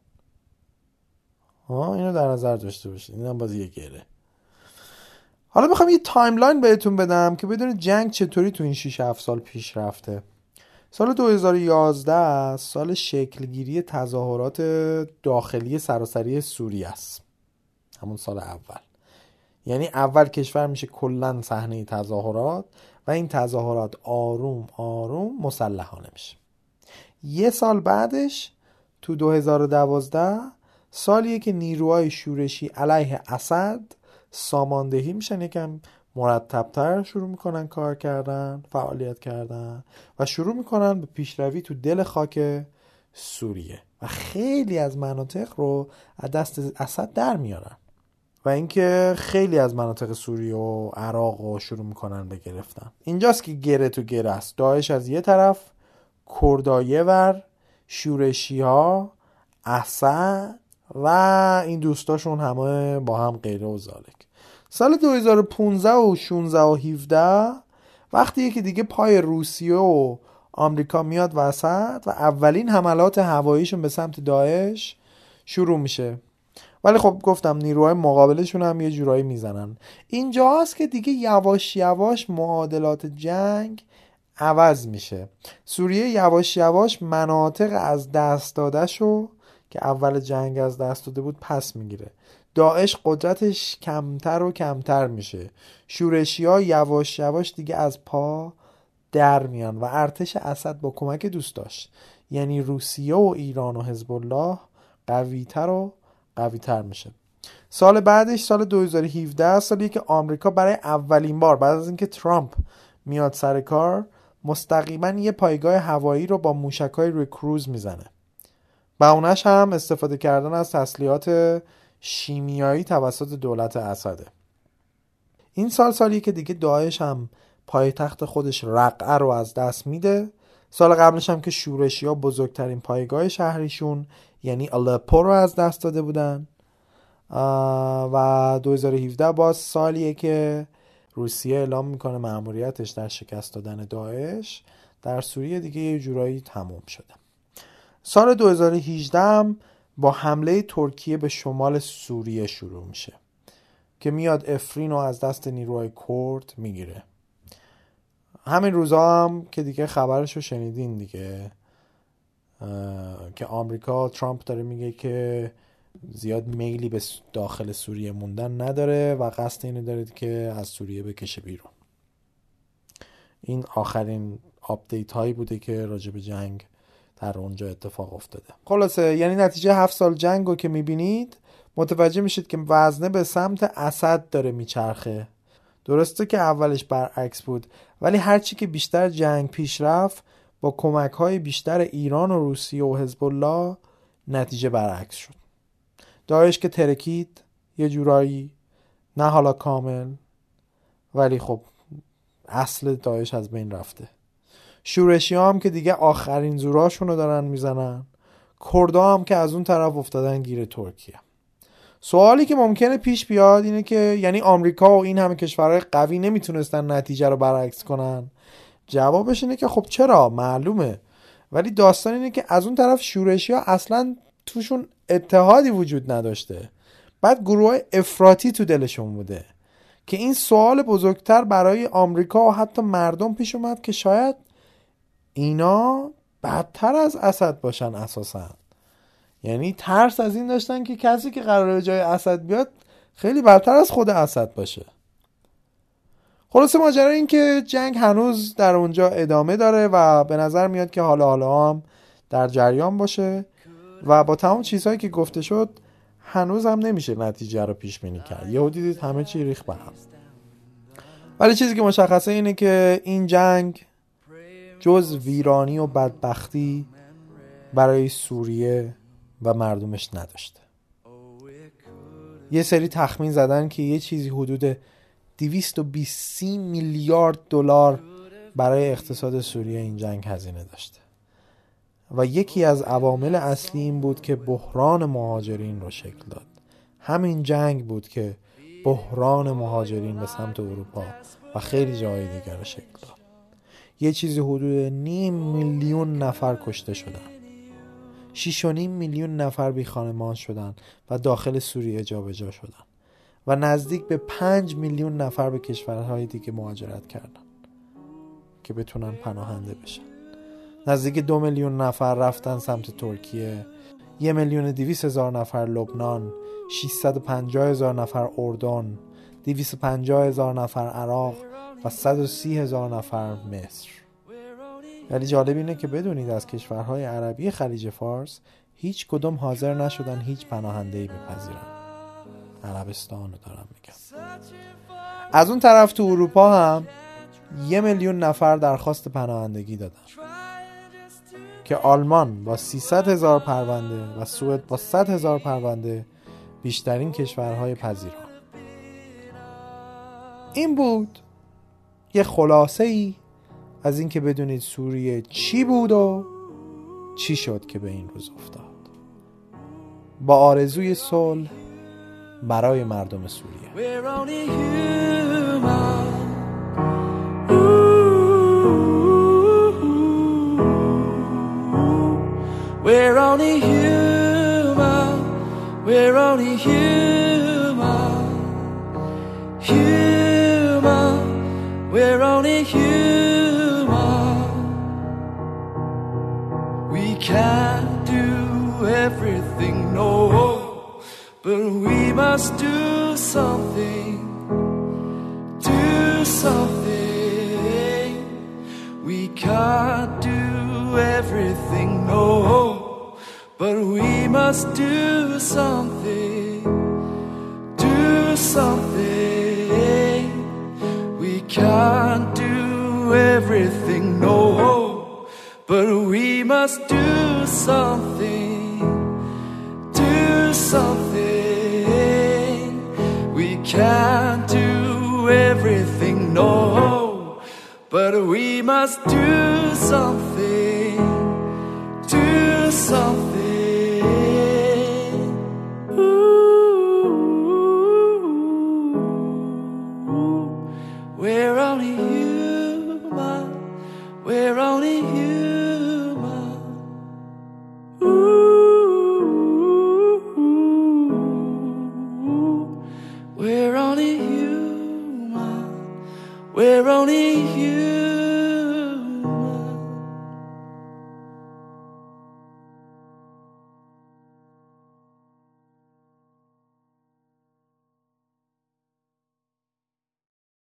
S1: اینو در نظر داشته باشید. اینم باز یه گره. حالا میخوام یه تایملاین بهتون بدم که بدونید جنگ چطوری تو این 6-7 سال پیش رفته. سال 2011 سال شکلگیری تظاهرات داخلی سراسری سوریه است. همون سال اول. یعنی اول کشور میشه کلن صحنه تظاهرات و این تظاهرات آروم آروم مسلحانه میشه. یه سال بعدش تو 2012 سالیه که نیروهای شورشی علیه اسد ساماندهی میشن، یکم مرتب‌تر شروع میکنن کار کردن، فعالیت کردن و شروع میکنن به پیشروی تو دل خاک سوریه و خیلی از مناطق رو از دست اسد در میارن و اینکه خیلی از مناطق سوریه و عراق رو شروع میکنن به گرفتن. اینجاست که گره تو گره است. داعش از یه طرف، کردها یه ور، شورشی‌ها، اسد و این دوستاشون همه با هم غیره و ذالک. سال 2015 و 16 و 17 وقتیه که دیگه پای روسیه و آمریکا میاد وسط و اولین حملات هواییشون به سمت داعش شروع میشه. ولی خب گفتم نیروهای مقابلشون هم یه جورایی میزنن. اینجاست که دیگه یواش یواش معادلات جنگ عوض میشه. سوریه یواش یواش مناطق از دست داده شو که اول جنگ از دست داده بود پس میگیره. داعش قدرتش کمتر و کمتر میشه. شورشی‌ها یواش یواش دیگه از پا در میان و ارتش اسد با کمک دوستاش یعنی روسیه و ایران و حزب الله قوی‌تر و قوی‌تر میشه. سال بعدش سال 2017 سالیه که آمریکا برای اولین بار بعد از اینکه ترامپ میاد سر کار مستقیما یه پایگاه هوایی رو با موشک‌های روی کروز میزنه. بهونه‌ش هم استفاده کردن از تسلیحات شیمیایی توسط دولت اسده. این سالیه که دیگه داعش هم پایتخت خودش رقعه رو از دست میده. سال قبلش هم که شورشی‌ها بزرگترین پایگاه شهریشون یعنی آلپو رو از دست داده بودن و 2017 باز سالیه که روسیه اعلام میکنه مأموریتش در شکست دادن داعش در سوریه دیگه یه جورایی تموم شده. سال 2018 هم با حمله ترکیه به شمال سوریه شروع میشه که میاد افرین رو از دست نیروهای کرد میگیره. همین روزا هم که دیگه خبرشو شنیدین دیگه که آمریکا ترامپ داره میگه که زیاد میلی به داخل سوریه موندن نداره و قصد اینو داره که از سوریه بکشه بیرون. این آخرین آپدیت هایی بوده که راجع به جنگ در اونجا اتفاق افتاده. خلاصه یعنی نتیجه 7 سال جنگ رو که میبینید متوجه میشید که وزنه به سمت اسد داره میچرخه. درسته که اولش برعکس بود ولی هرچی که بیشتر جنگ پیش رفت با کمک‌های بیشتر ایران و روسیه و حزب الله نتیجه برعکس شد. داعش که ترکید یه جورایی، نه حالا کامل ولی خب اصل داعش از بین رفته. شورشی هم که دیگه آخرین زوراشون رو دارن میزنن. کردها هم که از اون طرف افتادن گیر ترکیه. سوالی که ممکنه پیش بیاد اینه که یعنی آمریکا و این همه کشورهای قوی نمیتونستن نتیجه رو برعکس کنن. جوابش اینه که خب چرا؟ معلومه. ولی داستان اینه که از اون طرف شورشی‌ها اصلا توشون اتحادی وجود نداشته. بعد گروه‌های افراطی تو دلشون بوده که این سوال بزرگتر برای آمریکا و حتی مردم پیش اومد که شاید اینا بدتر از اسد باشن اساسا. یعنی ترس از این داشتن که کسی که قراره جای اسد بیاد خیلی بدتر از خود اسد باشه. خلاصه ماجرا این که جنگ هنوز در اونجا ادامه داره و به نظر میاد که حالا هم در جریان باشه و با تمام چیزهایی که گفته شد هنوز هم نمیشه نتیجه رو پیش بینی کرد. یهو دیدید همه چی ریخت به هم. ولی چیزی که مشخصه اینه که این جنگ جز ویرانی و بدبختی برای سوریه و مردمش نداشته. یه سری تخمین زدن که یه چیزی حدود 220 میلیارد دلار برای اقتصاد سوریه این جنگ هزینه داشته و یکی از عوامل اصلی این بود که بحران مهاجرین رو شکل داد. همین جنگ بود که بحران مهاجرین به سمت اروپا و خیلی جای دیگر رو شکل داد. یه چیزی حدود 5 میلیون نفر کشته شدن، 6.5 میلیون نفر بی خانمان شدن و داخل سوریه جابجا شدن و نزدیک به 5 میلیون نفر به کشورهای دیگه مهاجرت کردن که بتونن پناهنده بشن. نزدیک 2 میلیون نفر رفتن سمت ترکیه، 1,200,000 نفر لبنان، 650,000 نفر اردن، 250,000 نفر عراق و 130,000 نفر مصر. ولی جالب اینه که بدونید از کشورهای عربی خلیج فارس هیچ کدوم حاضر نشدن هیچ پناهنده‌ای بپذیرن. عربستان رو دارم میگم. از اون طرف تو اروپا هم 1 میلیون نفر درخواست پناهندگی دادن که آلمان با 300,000 پرونده و سوئد با 100,000 پرونده بیشترین کشورهای پذیران. این بود یه خلاصه ای از این که بدونید سوریه چی بود و چی شد که به این روز افتاد. با آرزوی صلح برای مردم سوریه.
S4: We're only human. We're only human. We're only human. Human. We're only human. We can't do everything, no, but we must do something. Do something. We can't do everything, no, but we must do something. Do something. We can't do everything, no, but we must do something. Do something. We can't do everything, no, but we must do something. Do something. Ooh, we're only human. We're only human. Ooh, we're only human. We're only human.